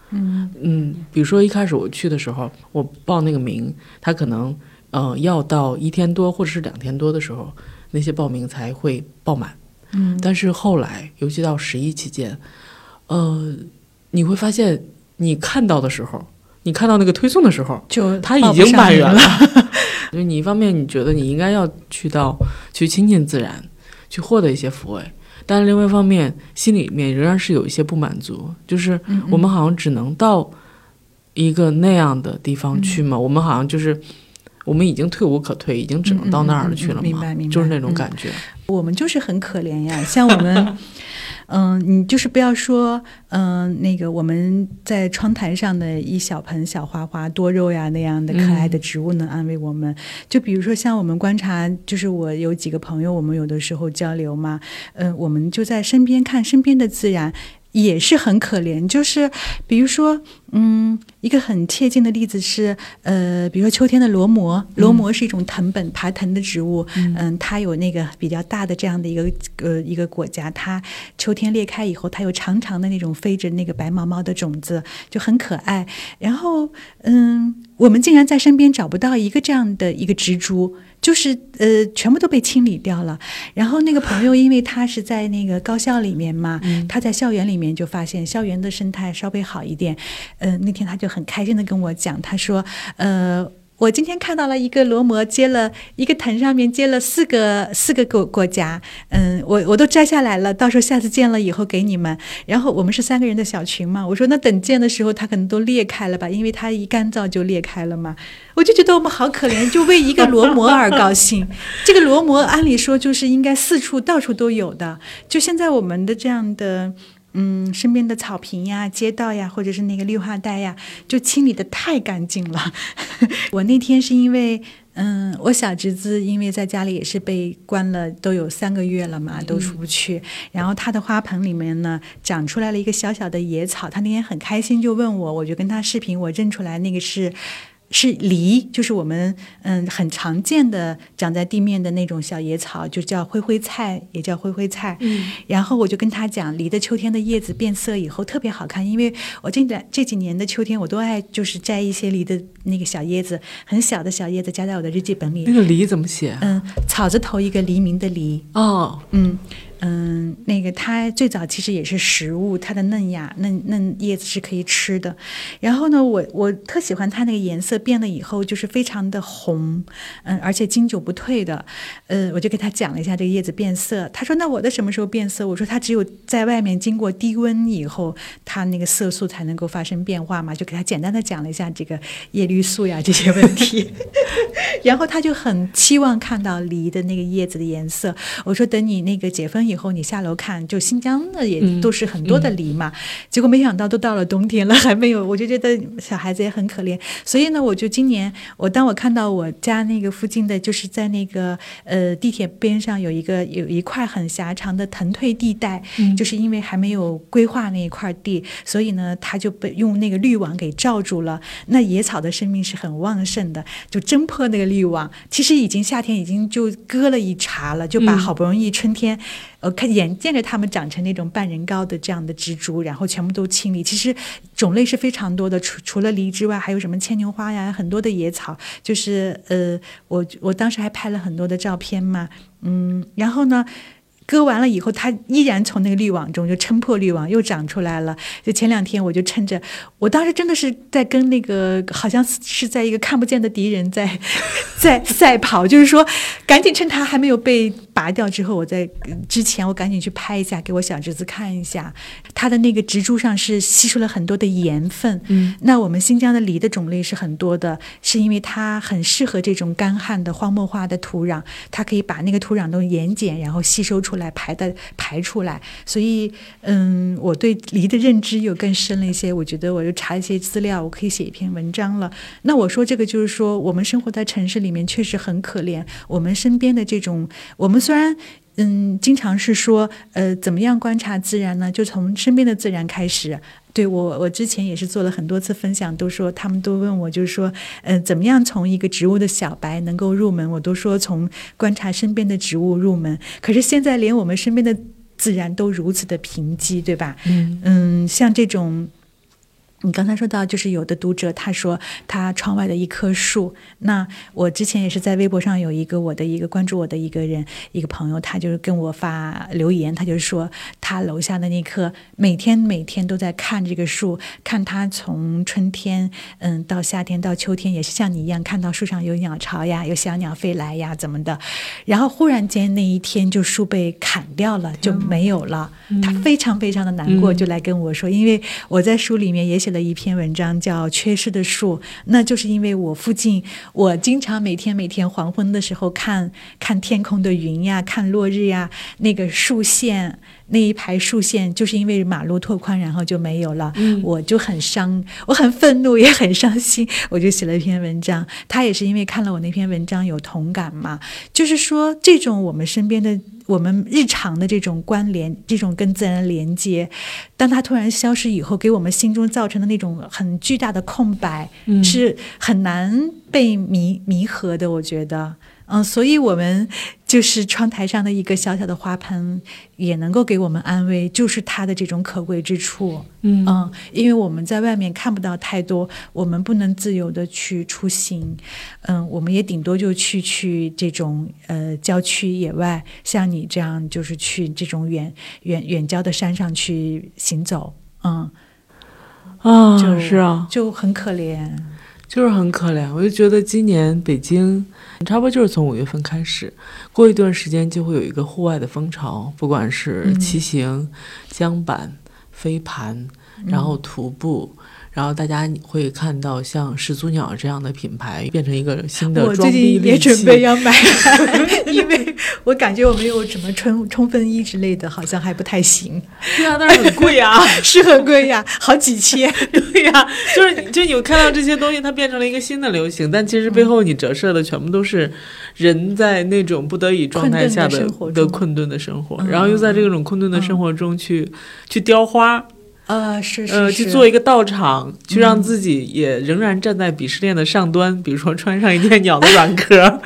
Speaker 2: 嗯
Speaker 1: 嗯，比如说一开始我去的时候，我报那个名，他可能呃要到一天多或者是两天多的时候，那些报名才会爆满。
Speaker 2: 嗯，
Speaker 1: 但是后来，尤其到十一期间，呃，你会发现，你看到的时候，你看到那个推送的时候，
Speaker 2: 就
Speaker 1: 它已经满员了。所以你一方面你觉得你应该要去到去亲近自然，去获得一些抚慰。但是另外一方面，心里面仍然是有一些不满足，就是我们好像只能到一个那样的地方去嘛，嗯、我们好像就是我们已经退无可退，已经只能到那儿去了嘛，
Speaker 2: 嗯嗯嗯、明白明白，
Speaker 1: 就是那种感觉。
Speaker 2: 嗯、我们就是很可怜呀，像我们。嗯，你就是不要说，嗯，那个我们在窗台上的一小盆小花花、多肉呀那样的可爱的植物能安慰我们。嗯、就比如说像我们观察，就是我有几个朋友，我们有的时候交流嘛，嗯，我们就在身边看身边的自然。也是很可怜，就是比如说，嗯，一个很贴近的例子是，呃，比如说秋天的罗摩，罗摩是一种藤本爬藤的植物，嗯，嗯它有那个比较大的这样的一个呃一个果荚，它秋天裂开以后，它有长长的那种飞着那个白毛毛的种子，就很可爱。然后，嗯，我们竟然在身边找不到一个这样的一个植株。就是呃，全部都被清理掉了。然后那个朋友，因为他是在那个高校里面嘛，嗯、他在校园里面就发现校园的生态稍微好一点。呃，那天他就很开心的跟我讲，他说，呃。我今天看到了一个罗摩结了一个藤上面结了四个四个果果荚，嗯，我我都摘下来了，到时候下次见了以后给你们。然后我们是三个人的小群嘛，我说那等见的时候它可能都裂开了吧，因为它一干燥就裂开了嘛。我就觉得我们好可怜，就为一个罗摩而高兴。这个罗摩按理说就是应该四处到处都有的，就现在我们的这样的。嗯，身边的草坪呀、街道呀，或者是那个绿化带呀，就清理得太干净了。我那天是因为，嗯，我小侄子因为在家里也是被关了，都有三个月了嘛，都出不去。嗯、然后他的花盆里面呢，长出来了一个小小的野草，他那天很开心，就问我，我就跟他视频，我认出来那个是。是梨，就是我们嗯很常见的长在地面的那种小野草，就叫灰灰菜，也叫灰灰菜。嗯，然后我就跟他讲，梨的秋天的叶子变色以后特别好看，因为我这这几年的秋天我都爱就是摘一些梨的那个小叶子，很小的小叶子夹在我的日记本里。
Speaker 1: 那个梨怎么写？
Speaker 2: 嗯，草字头一个黎明的黎。
Speaker 1: 哦，
Speaker 2: 嗯。嗯，那个它最早其实也是食物，它的嫩芽、嫩嫩叶子是可以吃的。然后呢，我我特喜欢它那个颜色变了以后，就是非常的红，嗯，而且经久不退的。呃，我就给他讲了一下这个叶子变色，他说：“那我的什么时候变色？”我说：“它只有在外面经过低温以后，它那个色素才能够发生变化嘛。”就给他简单的讲了一下这个叶绿素呀这些问题。然后他就很期望看到梨的那个叶子的颜色。我说：“等你那个解封以后你下楼看，就新疆的也都是很多的梨嘛、嗯嗯、结果没想到都到了冬天了还没有，我就觉得小孩子也很可怜。所以呢，我就今年我当我看到我家那个附近的就是在那个呃地铁边上有一个有一块很狭长的腾退地带、嗯、就是因为还没有规划那一块地，所以呢它就被用那个滤网给罩住了。那野草的生命是很旺盛的，就挣破那个滤网，其实已经夏天已经就割了一茬了，就把好不容易春天、嗯呃，看眼见着它们长成那种半人高的这样的植株，然后全部都清理。其实种类是非常多的，除除了梨之外，还有什么牵牛花呀，很多的野草。就是呃，我我当时还拍了很多的照片嘛，嗯，然后呢。割完了以后，它依然从那个滤网中就撑破滤网，又长出来了。就前两天，我就趁着，我当时真的是在跟那个，好像是在一个看不见的敌人在在赛跑，就是说，赶紧趁它还没有被拔掉之后，我在之前我赶紧去拍一下，给我小侄子看一下，它的那个植株上是吸收了很多的盐分。嗯，那我们新疆的梨的种类是很多的，是因为它很适合这种干旱的荒漠化的土壤，它可以把那个土壤都盐碱，然后吸收出来。来排的排出来，所以嗯，我对梨的认知又更深了一些。我觉得我就查一些资料，我可以写一篇文章了。那我说这个就是说，我们生活在城市里面确实很可怜。我们身边的这种，我们虽然嗯，经常是说呃，怎么样观察自然呢？就从身边的自然开始。对我，我之前也是做了很多次分享，都说他们都问我，就是说，呃，怎么样从一个植物的小白能够入门？我都说从观察身边的植物入门。可是现在连我们身边的自然都如此的贫瘠，对吧？嗯嗯，像这种你刚才说到，就是有的读者他说他窗外的一棵树，那我之前也是在微博上有一个我的一个关注我的一个人一个朋友，他就是跟我发留言，他就说他楼下的那棵每天每天都在看这个树，看它从春天嗯到夏天到秋天，也是像你一样看到树上有鸟巢呀，有小鸟飞来呀怎么的，然后忽然间那一天就树被砍掉了，就没有了，嗯、他非常非常的难过，就来跟我说，嗯、因为我在书里面也写了一篇文章叫《缺失的树》，那就是因为我附近，我经常每天每天黄昏的时候看看天空的云呀，看落日呀，那个树线那一排树线，就是因为马路拓宽，然后就没有了，嗯、我就很伤，我很愤怒，也很伤心，我就写了一篇文章。他也是因为看了我那篇文章有同感嘛，就是说这种我们身边的。我们日常的这种关联，这种跟自然连接，当它突然消失以后，给我们心中造成的那种很巨大的空白，嗯、是很难被弥弥合的，我觉得。嗯，所以我们就是窗台上的一个小小的花盆，也能够给我们安慰，就是它的这种可贵之处。嗯嗯，因为我们在外面看不到太多，我们不能自由的去出行。嗯，我们也顶多就去去这种呃郊区野外，像你这样就是去这种远远远郊的山上去行走。嗯
Speaker 1: 啊，是啊，
Speaker 2: 就很可怜。
Speaker 1: 就是很可怜，我就觉得今年北京差不多就是从五月份开始，过一段时间就会有一个户外的风潮，不管是骑行、桨板、飞盘，然后徒步，然后大家会看到像始祖鸟这样的品牌变成一个新的装逼利器。
Speaker 2: 我最近也准备要买因为我感觉我没有什么冲冲锋衣之类的，好像还不太行。
Speaker 1: 对啊，但是很贵啊
Speaker 2: 是很贵呀，好几千。
Speaker 1: 对呀，就是就你看到这些东西它变成了一个新的流行，但其实背后你折射的全部都是人在那种不得已状态下的的困顿的生活，然后又在这种困顿的生活中去、嗯、去雕花。
Speaker 2: 呃，是是是，
Speaker 1: 呃，去做一个道场，去让自己也仍然站在鄙视链的上端，嗯、比如说穿上一件鸟的软壳。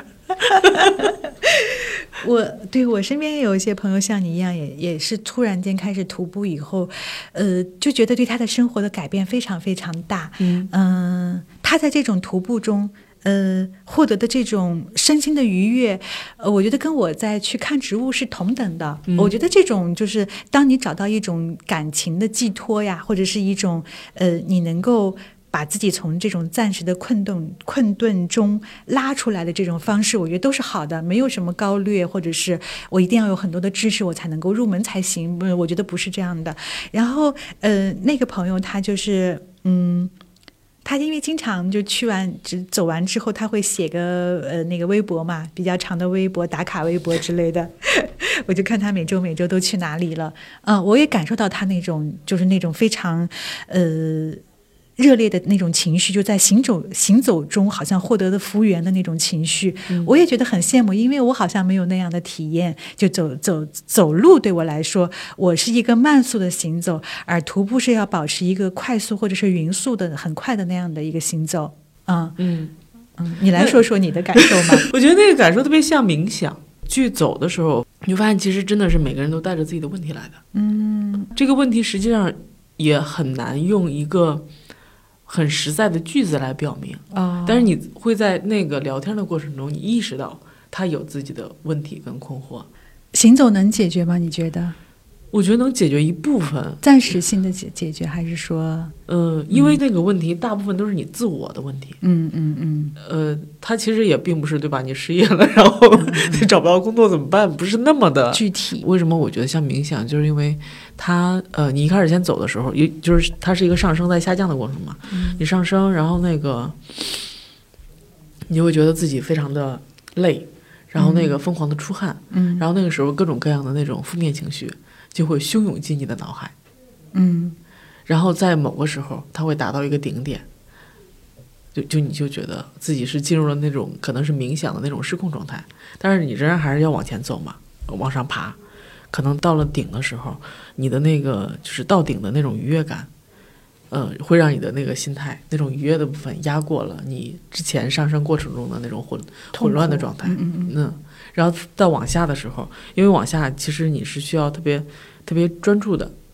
Speaker 2: 我对我身边也有一些朋友像你一样，也也是突然间开始徒步以后，呃，就觉得对他的生活的改变非常非常大。嗯嗯、呃，他在这种徒步中。呃，获得的这种身心的愉悦，呃，我觉得跟我在去看植物是同等的。嗯、我觉得这种就是当你找到一种感情的寄托呀，或者是一种呃，你能够把自己从这种暂时的困顿困顿中拉出来的这种方式，我觉得都是好的，没有什么高劣，或者是我一定要有很多的知识我才能够入门才行。我觉得不是这样的。然后呃，那个朋友他就是嗯。他因为经常就去完走完之后，他会写个呃那个微博嘛，比较长的微博打卡微博之类的，我就看他每周每周都去哪里了。嗯、呃，我也感受到他那种就是那种非常呃热烈的那种情绪，就在行走行走中好像获得的福源的那种情绪，嗯、我也觉得很羡慕，因为我好像没有那样的体验。就走走走路对我来说，我是一个慢速的行走，而徒步是要保持一个快速或者是匀速的很快的那样的一个行走。嗯嗯嗯，你来说说你的感受吗？
Speaker 1: 我觉得那个感受特别像冥想。去走的时候，你就发现其实真的是每个人都带着自己的问题来的。嗯，这个问题实际上也很难用一个很实在的句子来表明，哦、但是你会在那个聊天的过程中，你意识到他有自己的问题跟困惑。
Speaker 2: 行走能解决吗？你觉得？
Speaker 1: 我觉得能解决一部分，
Speaker 2: 暂时性的解解决，还是说，
Speaker 1: 呃，因为那个问题大部分都是你自我的问题。嗯嗯嗯。呃，他其实也并不是对吧？你失业了，然后你找不到工作怎么办？不是那么的
Speaker 2: 具体。
Speaker 1: 为什么我觉得像冥想，就是因为它呃，你一开始先走的时候，也就是它是一个上升在下降的过程嘛。嗯、你上升，然后那个你就会觉得自己非常的累，然后那个疯狂的出汗，嗯，然后那个时候各种各样的那种负面情绪就会汹涌进你的脑海，嗯，然后在某个时候它会达到一个顶点，就就你就觉得自己是进入了那种可能是冥想的那种失控状态，但是你仍然还是要往前走嘛，往上爬，可能到了顶的时候，你的那个就是到顶的那种愉悦感，呃，会让你的那个心态那种愉悦的部分压过了你之前上升过程中的那种混混乱的状态，嗯嗯嗯。然后到往下的时候，因为往下其实你是需要特别特别专注的，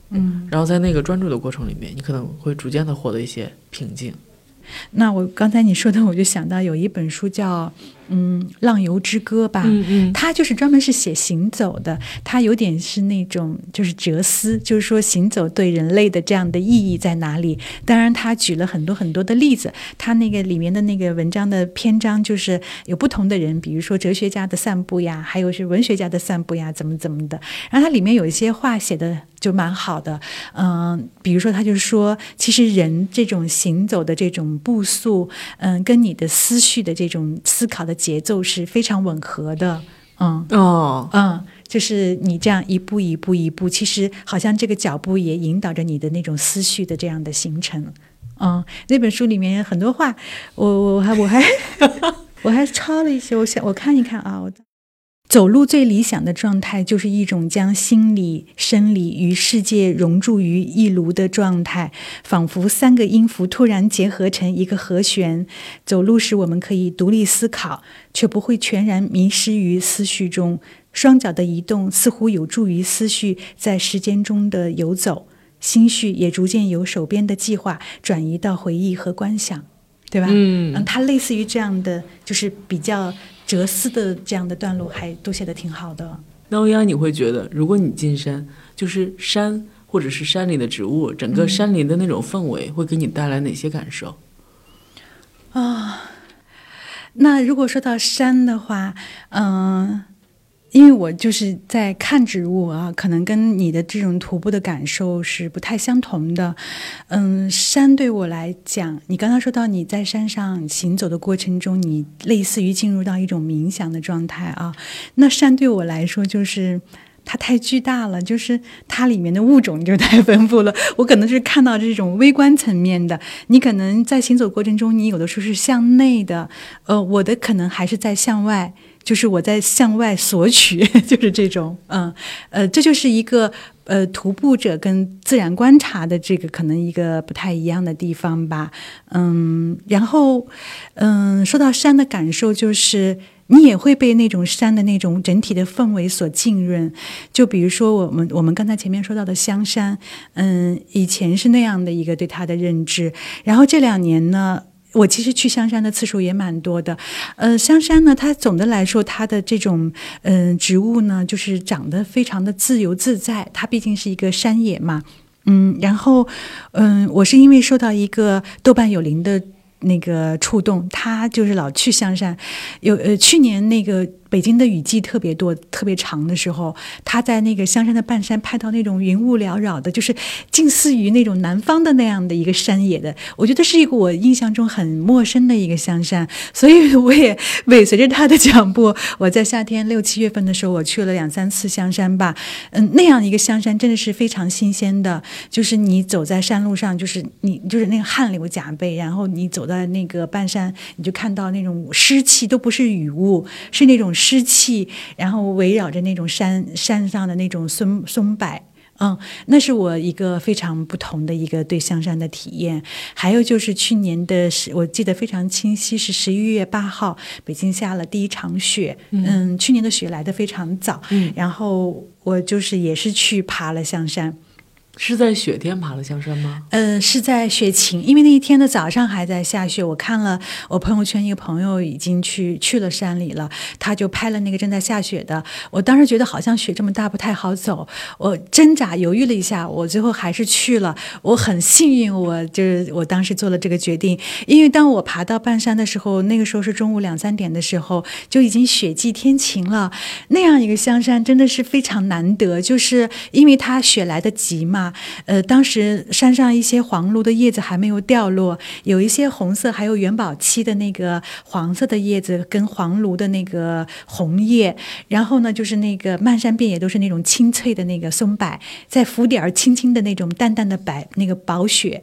Speaker 1: 嗯，然后在那个专注的过程里面，你可能会逐渐的获得一些平静。
Speaker 2: 那我刚才你说的，我就想到有一本书叫嗯《浪游之歌》吧，
Speaker 1: 嗯嗯，
Speaker 2: 它就是专门是写行走的，它有点是那种就是哲思，就是说行走对人类的这样的意义在哪里。当然他举了很多很多的例子，他那个里面的那个文章的篇章就是有不同的人，比如说哲学家的散步呀，还有是文学家的散步呀，怎么怎么的。然后它里面有一些话写的就蛮好的，嗯、呃，比如说他就是说，其实人这种行走的这种步速，嗯、呃，跟你的思绪的这种思考的节奏是非常吻合的，嗯
Speaker 1: 哦
Speaker 2: 嗯，就是你这样一步一步一步，其实好像这个脚步也引导着你的那种思绪的这样的形成，嗯，那本书里面很多话，我我还我还我还抄了一些，我想我看一看啊，我。走路最理想的状态就是一种将心理、生理与世界融入于一炉的状态，仿佛三个音符突然结合成一个和弦。走路时我们可以独立思考，却不会全然迷失于思绪中。双脚的移动似乎有助于思绪在时间中的游走，心绪也逐渐由手边的计划转移到回忆和观想，对吧？
Speaker 1: 嗯
Speaker 2: 嗯，它类似于这样的，就是比较哲思的这样的段落，还都写得挺好的。
Speaker 1: 那欧阳，你会觉得，如果你进山，就是山或者是山里的植物，整个山林的那种氛围，会给你带来哪些感受？
Speaker 2: 啊、哦，那如果说到山的话，嗯、呃。因为我就是在看植物啊，可能跟你的这种徒步的感受是不太相同的。嗯，山对我来讲，你刚刚说到你在山上行走的过程中，你类似于进入到一种冥想的状态啊。那山对我来说就是它太巨大了，就是它里面的物种就太丰富了。我可能是看到这种微观层面的，你可能在行走过程中，你有的时候是向内的，呃，我的可能还是在向外。就是我在向外索取，就是这种，嗯，呃，这就是一个呃徒步者跟自然观察的这个可能一个不太一样的地方吧，嗯，然后，嗯，说到山的感受，就是你也会被那种山的那种整体的氛围所浸润。就比如说我们我们刚才前面说到的香山，嗯，以前是那样的一个对它的认知，然后这两年呢。我其实去香山的次数也蛮多的，呃，香山呢，它总的来说，它的这种嗯、呃、植物呢，就是长得非常的自由自在，它毕竟是一个山野嘛，嗯，然后嗯、呃，我是因为受到一个豆瓣有灵的那个触动，他就是老去香山，有呃去年那个。北京的雨季特别多特别长的时候，他在那个香山的半山拍到那种云雾缭绕的，就是近似于那种南方的那样的一个山野的，我觉得是一个我印象中很陌生的一个香山，所以我也尾随着他的脚步，我在夏天六七月份的时候，我去了两三次香山吧，嗯，那样一个香山真的是非常新鲜的，就是你走在山路上，就是你就是那个汗流浃背，然后你走在那个半山，你就看到那种湿气，都不是雨雾，是那种湿气，然后围绕着那种山山上的那种松松柏，嗯，那是我一个非常不同的一个对香山的体验。还有就是去年的十，我记得非常清晰，是十一月八号，北京下了第一场雪。嗯，嗯去年的雪来得非常早，嗯，然后我就是也是去爬了香山。
Speaker 1: 是在雪天爬了香山吗？
Speaker 2: 呃，是在雪晴，因为那一天的早上还在下雪。我看了我朋友圈，一个朋友已经去去了山里了，他就拍了那个正在下雪的。我当时觉得好像雪这么大不太好走，我挣扎犹豫了一下，我最后还是去了。我很幸运，我就是我当时做了这个决定，因为当我爬到半山的时候，那个时候是中午两三点的时候，就已经雪霁天晴了。那样一个香山真的是非常难得，就是因为它雪来得急嘛。呃，当时山上一些黄栌的叶子还没有掉落，有一些红色，还有元宝期的那个黄色的叶子跟黄栌的那个红叶，然后呢，就是那个漫山遍野都是那种清脆的那个松柏，在phủ顶儿轻轻的那种淡淡的白那个薄雪。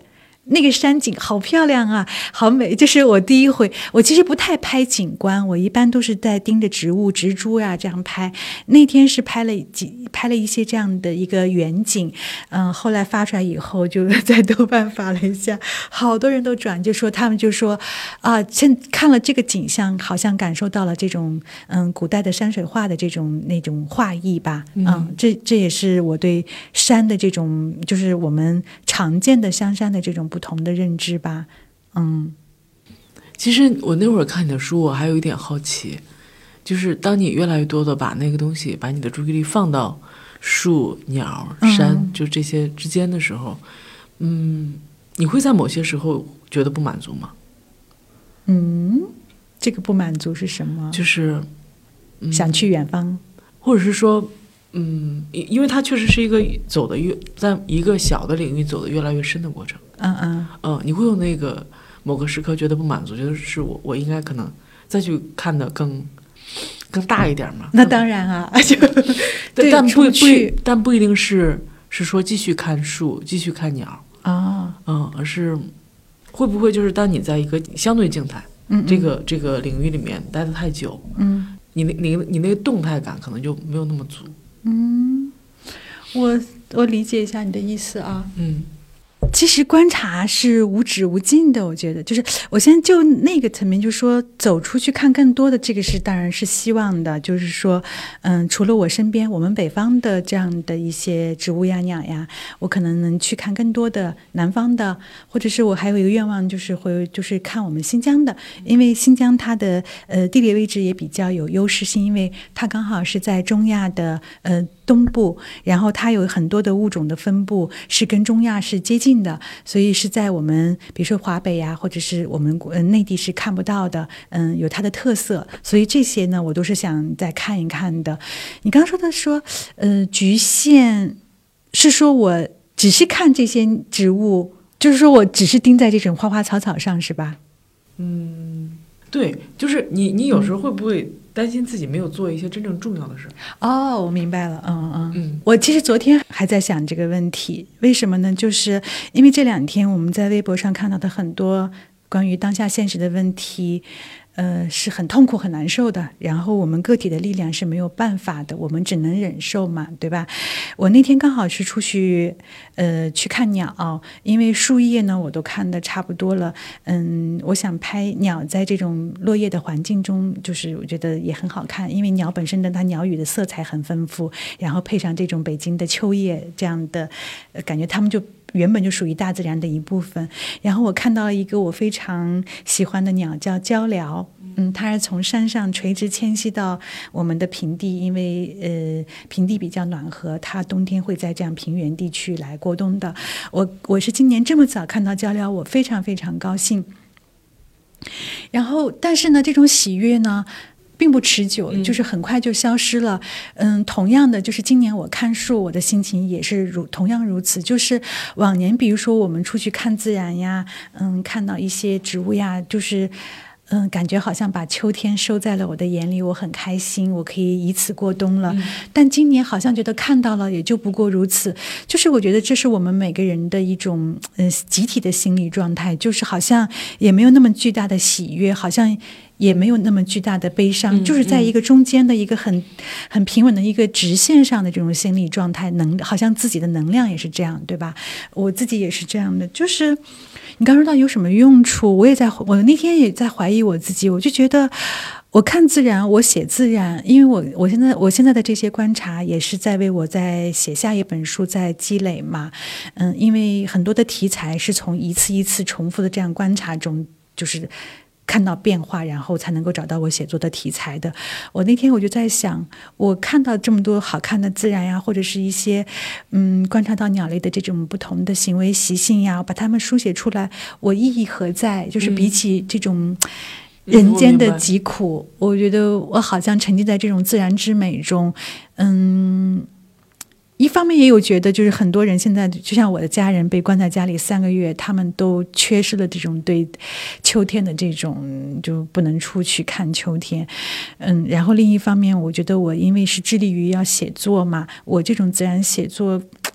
Speaker 2: 那个山景好漂亮啊，好美！就是我第一回，我其实不太拍景观，我一般都是在盯着植物、植株呀、啊、这样拍。那天是拍了几拍了一些这样的一个远景，嗯，后来发出来以后，就在豆瓣发了一下，好多人都转，就说他们就说啊，现看了这个景象，好像感受到了这种嗯古代的山水画的这种那种画意吧，嗯，嗯这这也是我对山的这种，就是我们常见的香山的这种不同的认知吧，嗯。
Speaker 1: 其实我那会儿看你的书，我还有一点好奇，就是当你越来越多的把那个东西，把你的注意力放到树、鸟、山，嗯、就这些之间的时候，嗯，你会在某些时候觉得不满足吗？
Speaker 2: 嗯，这个不满足是什么？
Speaker 1: 就是、
Speaker 2: 嗯、想去远方，
Speaker 1: 或者是说。嗯，因为它确实是一个走的越在一个小的领域走的越来越深的过程。
Speaker 2: 嗯嗯
Speaker 1: 嗯，你会有那个某个时刻觉得不满足，觉得是我我应该可能再去看的更更大一点嘛？
Speaker 2: 那当然啊，就
Speaker 1: 对，但不不但不一定是是说继续看树，继续看鸟
Speaker 2: 啊、哦，
Speaker 1: 嗯，而是会不会就是当你在一个相对静态
Speaker 2: 嗯嗯
Speaker 1: 这个这个领域里面待得太久，
Speaker 2: 嗯，
Speaker 1: 你那你你那个动态感可能就没有那么足。
Speaker 2: 嗯，我我理解一下你的意思啊。
Speaker 1: 嗯，
Speaker 2: 其实观察是无止无尽的，我觉得就是我先就那个层面就说走出去看更多的，这个是当然是希望的，就是说嗯，除了我身边我们北方的这样的一些植物呀鸟呀，我可能能去看更多的南方的，或者是我还有一个愿望就是会就是看我们新疆的，因为新疆它的呃地理位置也比较有优势性，因为它刚好是在中亚的呃东部，然后它有很多的物种的分布是跟中亚是接近的，所以是在我们比如说华北呀、啊，或者是我们呃内地是看不到的，嗯，有它的特色，所以这些呢，我都是想再看一看的。你刚刚说的说，呃，局限是说我只是看这些植物，就是说我只是盯在这种花花草草上，是吧？
Speaker 1: 嗯，对，就是你，你有时候会不会担心自己没有做一些真正重要的事？
Speaker 2: 哦，我明白了，嗯嗯嗯。我其实昨天还在想这个问题，为什么呢？就是因为这两天我们在微博上看到的很多关于当下现实的问题，呃，是很痛苦、很难受的。然后我们个体的力量是没有办法的，我们只能忍受嘛，对吧？我那天刚好是出去，呃，去看鸟，因为树叶呢我都看得差不多了。嗯，我想拍鸟在这种落叶的环境中，就是我觉得也很好看，因为鸟本身的它鸟语的色彩很丰富，然后配上这种北京的秋叶这样的，呃、感觉它们就。原本就属于大自然的一部分，然后我看到了一个我非常喜欢的鸟，叫鹪鹩。嗯，它是从山上垂直迁徙到我们的平地，因为呃平地比较暖和，它冬天会在这样平原地区来过冬的。我我是今年这么早看到鹪鹩，我非常非常高兴。然后，但是呢，这种喜悦呢，并不持久，就是很快就消失了。嗯，同样的，就是今年我看树，我的心情也是如同样如此。就是往年，比如说我们出去看自然呀，嗯，看到一些植物呀，就是嗯，感觉好像把秋天收在了我的眼里，我很开心，我可以以此过冬了。嗯、但今年好像觉得看到了也就不过如此。就是我觉得这是我们每个人的一种呃集体的心理状态，就是好像也没有那么巨大的喜悦，好像。也没有那么巨大的悲伤，
Speaker 1: 嗯、
Speaker 2: 就是在一个中间的一个很很平稳的一个直线上的这种心理状态，能好像自己的能量也是这样，对吧？我自己也是这样的，就是你刚说到有什么用处，我也在我那天也在怀疑我自己，我就觉得我看自然，我写自然，因为我我现在我现在的这些观察也是在为我在写下一本书在积累嘛，嗯，因为很多的题材是从一次一次重复的这样观察中，就是看到变化，然后才能够找到我写作的题材的。我那天我就在想，我看到这么多好看的自然呀，或者是一些嗯观察到鸟类的这种不同的行为习性呀，把它们书写出来，我意义何在？就是比起这种人间的疾苦，嗯、我, 我觉得我好像沉浸在这种自然之美中，嗯。一方面也有觉得，就是很多人现在就像我的家人被关在家里三个月，他们都缺失了这种对秋天的这种就不能出去看秋天。嗯，然后另一方面，我觉得我因为是致力于要写作嘛，我这种自然写作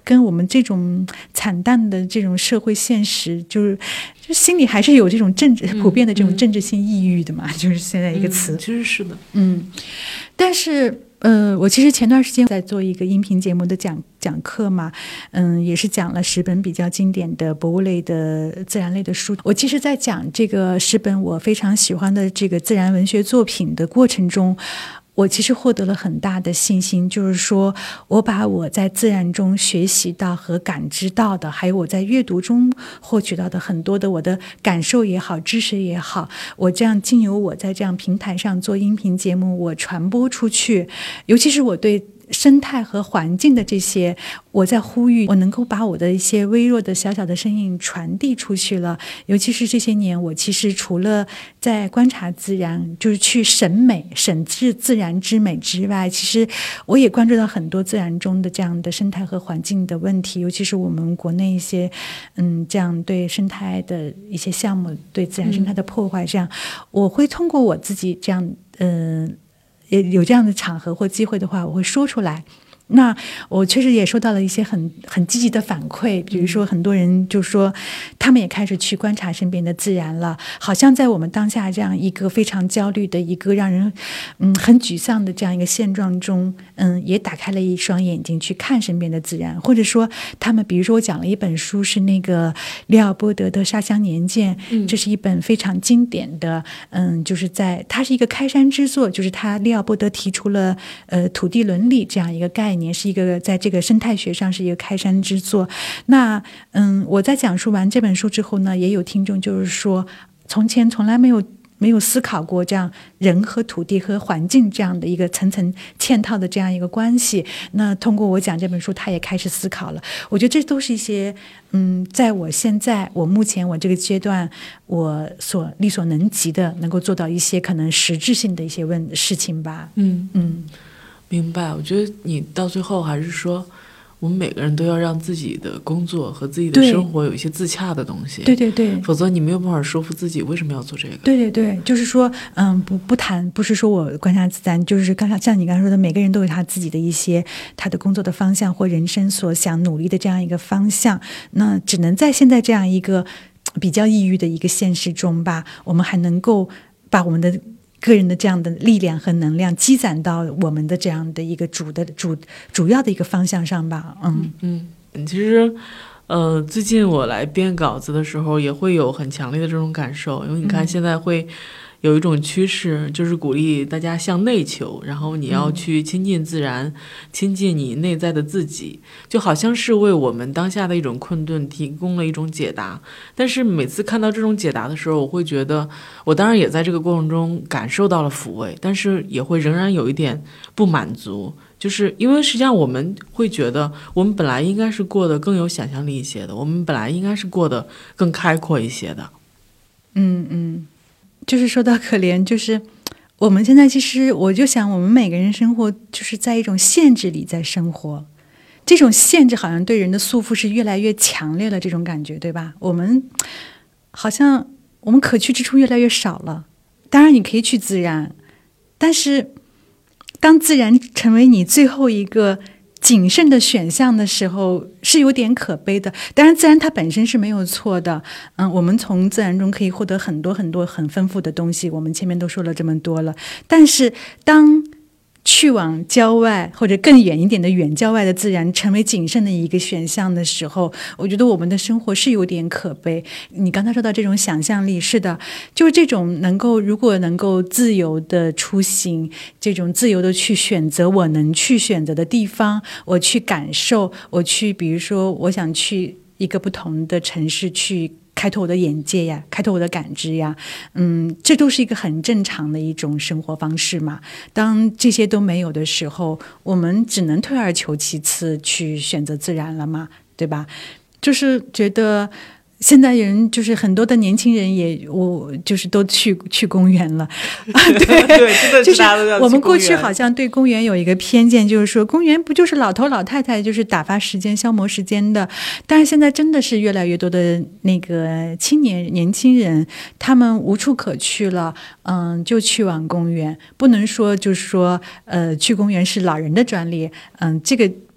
Speaker 2: 跟我们这种惨淡的这种社会现实，就是就心里还是有这种政治、嗯、普遍的这种政治性抑郁的嘛，嗯、就是现在一个词、
Speaker 1: 嗯。其实是的，
Speaker 2: 嗯，但是。呃，我其实前段时间在做一个音频节目的讲讲课嘛，嗯，也是讲了十本比较经典的博物类的自然类的书。我其实在讲这个十本我非常喜欢的这个自然文学作品的过程中，我其实获得了很大的信心，就是说我把我在自然中学习到和感知到的，还有我在阅读中获取到的很多的我的感受也好，知识也好，我这样经由我在这样平台上做音频节目，我传播出去，尤其是我对生态和环境的这些，我在呼吁我能够把我的一些微弱的小小的声音传递出去了。尤其是这些年，我其实除了在观察自然，就是去审美审视自然之美之外，其实我也关注到很多自然中的这样的生态和环境的问题，尤其是我们国内一些嗯这样对生态的一些项目对自然生态的破坏，这样、嗯、我会通过我自己这样嗯。呃也有这样的场合或机会的话，我会说出来。那我确实也收到了一些很很积极的反馈，比如说很多人就说他们也开始去观察身边的自然了，好像在我们当下这样一个非常焦虑的一个让人嗯很沮丧的这样一个现状中，嗯也打开了一双眼睛去看身边的自然，或者说他们比如说我讲了一本书是那个利奥波德的《沙乡年鉴》，嗯，这是一本非常经典的嗯就是在它是一个开山之作，就是他利奥波德提出了呃土地伦理这样一个概念，是一个在这个生态学上是一个开山之作。那嗯，我在讲述完这本书之后呢，也有听众就是说，从前从来没有没有思考过这样人和土地和环境这样的一个层层嵌套的这样一个关系。那通过我讲这本书，他也开始思考了。我觉得这都是一些嗯，在我现在我目前我这个阶段，我所力所能及的，能够做到一些可能实质性的一些问事情吧。
Speaker 1: 嗯
Speaker 2: 嗯。
Speaker 1: 明白，我觉得你到最后还是说，我们每个人都要让自己的工作和自己的生活有一些自洽的东西。
Speaker 2: 对对对，
Speaker 1: 否则你没有办法说服自己为什么要做这个。
Speaker 2: 对对对，就是说，嗯，不不谈，不是说我观察自然，就是刚才像你刚才说的，每个人都有他自己的一些他的工作的方向或人生所想努力的这样一个方向。那只能在现在这样一个比较抑郁的一个现实中吧，我们还能够把我们的个人的这样的力量和能量积攒到我们的这样的一个主的主主要的一个方向上吧。嗯
Speaker 1: 嗯，其实呃，最近我来编稿子的时候也会有很强烈的这种感受，因为你看现在会有一种趋势，就是鼓励大家向内求，然后你要去亲近自然、嗯、亲近你内在的自己，就好像是为我们当下的一种困顿提供了一种解答。但是每次看到这种解答的时候，我会觉得我当然也在这个过程中感受到了抚慰，但是也会仍然有一点不满足，就是因为实际上我们会觉得我们本来应该是过得更有想象力一些的，我们本来应该是过得更开阔一些的。
Speaker 2: 嗯嗯，就是说到可怜，就是我们现在其实我就想我们每个人生活就是在一种限制里在生活，这种限制好像对人的束缚是越来越强烈了，这种感觉对吧？我们好像我们可去之处越来越少了。当然你可以去自然，但是当自然成为你最后一个谨慎的选项的时候，是有点可悲的。当然自然它本身是没有错的，嗯，我们从自然中可以获得很多很多很丰富的东西，我们前面都说了这么多了。但是当去往郊外或者更远一点的远郊外的自然成为谨慎的一个选项的时候，我觉得我们的生活是有点可悲。你刚才说到这种想象力，是的，就是这种能够如果能够自由的出行，这种自由的去选择我能去选择的地方，我去感受，我去比如说我想去一个不同的城市去开拓我的眼界呀，开拓我的感知呀，嗯，这都是一个很正常的一种生活方式嘛。当这些都没有的时候，我们只能退而求其次去选择自然了嘛，对吧？就是觉得现在人就是很多的年轻人也我就是都去去公园了对
Speaker 1: 对，真的是大家都要去公园。
Speaker 2: 就是我们过去好像对公园有一个偏见，就是说公园不就是老头老太太就是打发时间消磨时间的，但是现在真的是越来越多的那个青年年轻人他们无处可去了，嗯，就去往公园。不能说就是说呃去公园是老人的专利，嗯，这个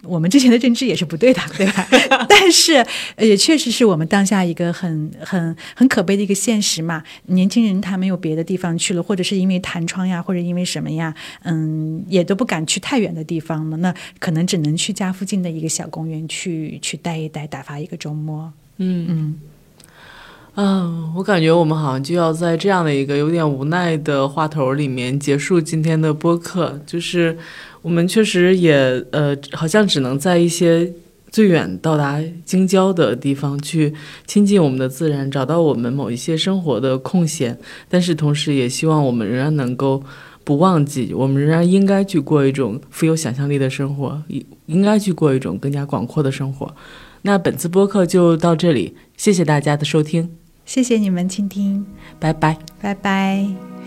Speaker 2: 我们之前的认知也是不对的，对吧？但是也确实是我们当下一个很很很可悲的一个现实嘛。年轻人他没有别的地方去了，或者是因为弹窗呀，或者因为什么呀，嗯，也都不敢去太远的地方了。那可能只能去家附近的一个小公园去去待一待，打发一个周末。
Speaker 1: 嗯
Speaker 2: 嗯。
Speaker 1: 啊，我感觉我们好像就要在这样的一个有点无奈的话头里面结束今天的播客，就是我们确实也呃，好像只能在一些最远到达京郊的地方去亲近我们的自然，找到我们某一些生活的空闲，但是同时也希望我们仍然能够不忘记，我们仍然应该去过一种富有想象力的生活，应该去过一种更加广阔的生活。那本次播客就到这里，谢谢大家的收听。
Speaker 2: 谢谢你们倾听，
Speaker 1: 拜拜，
Speaker 2: 拜拜。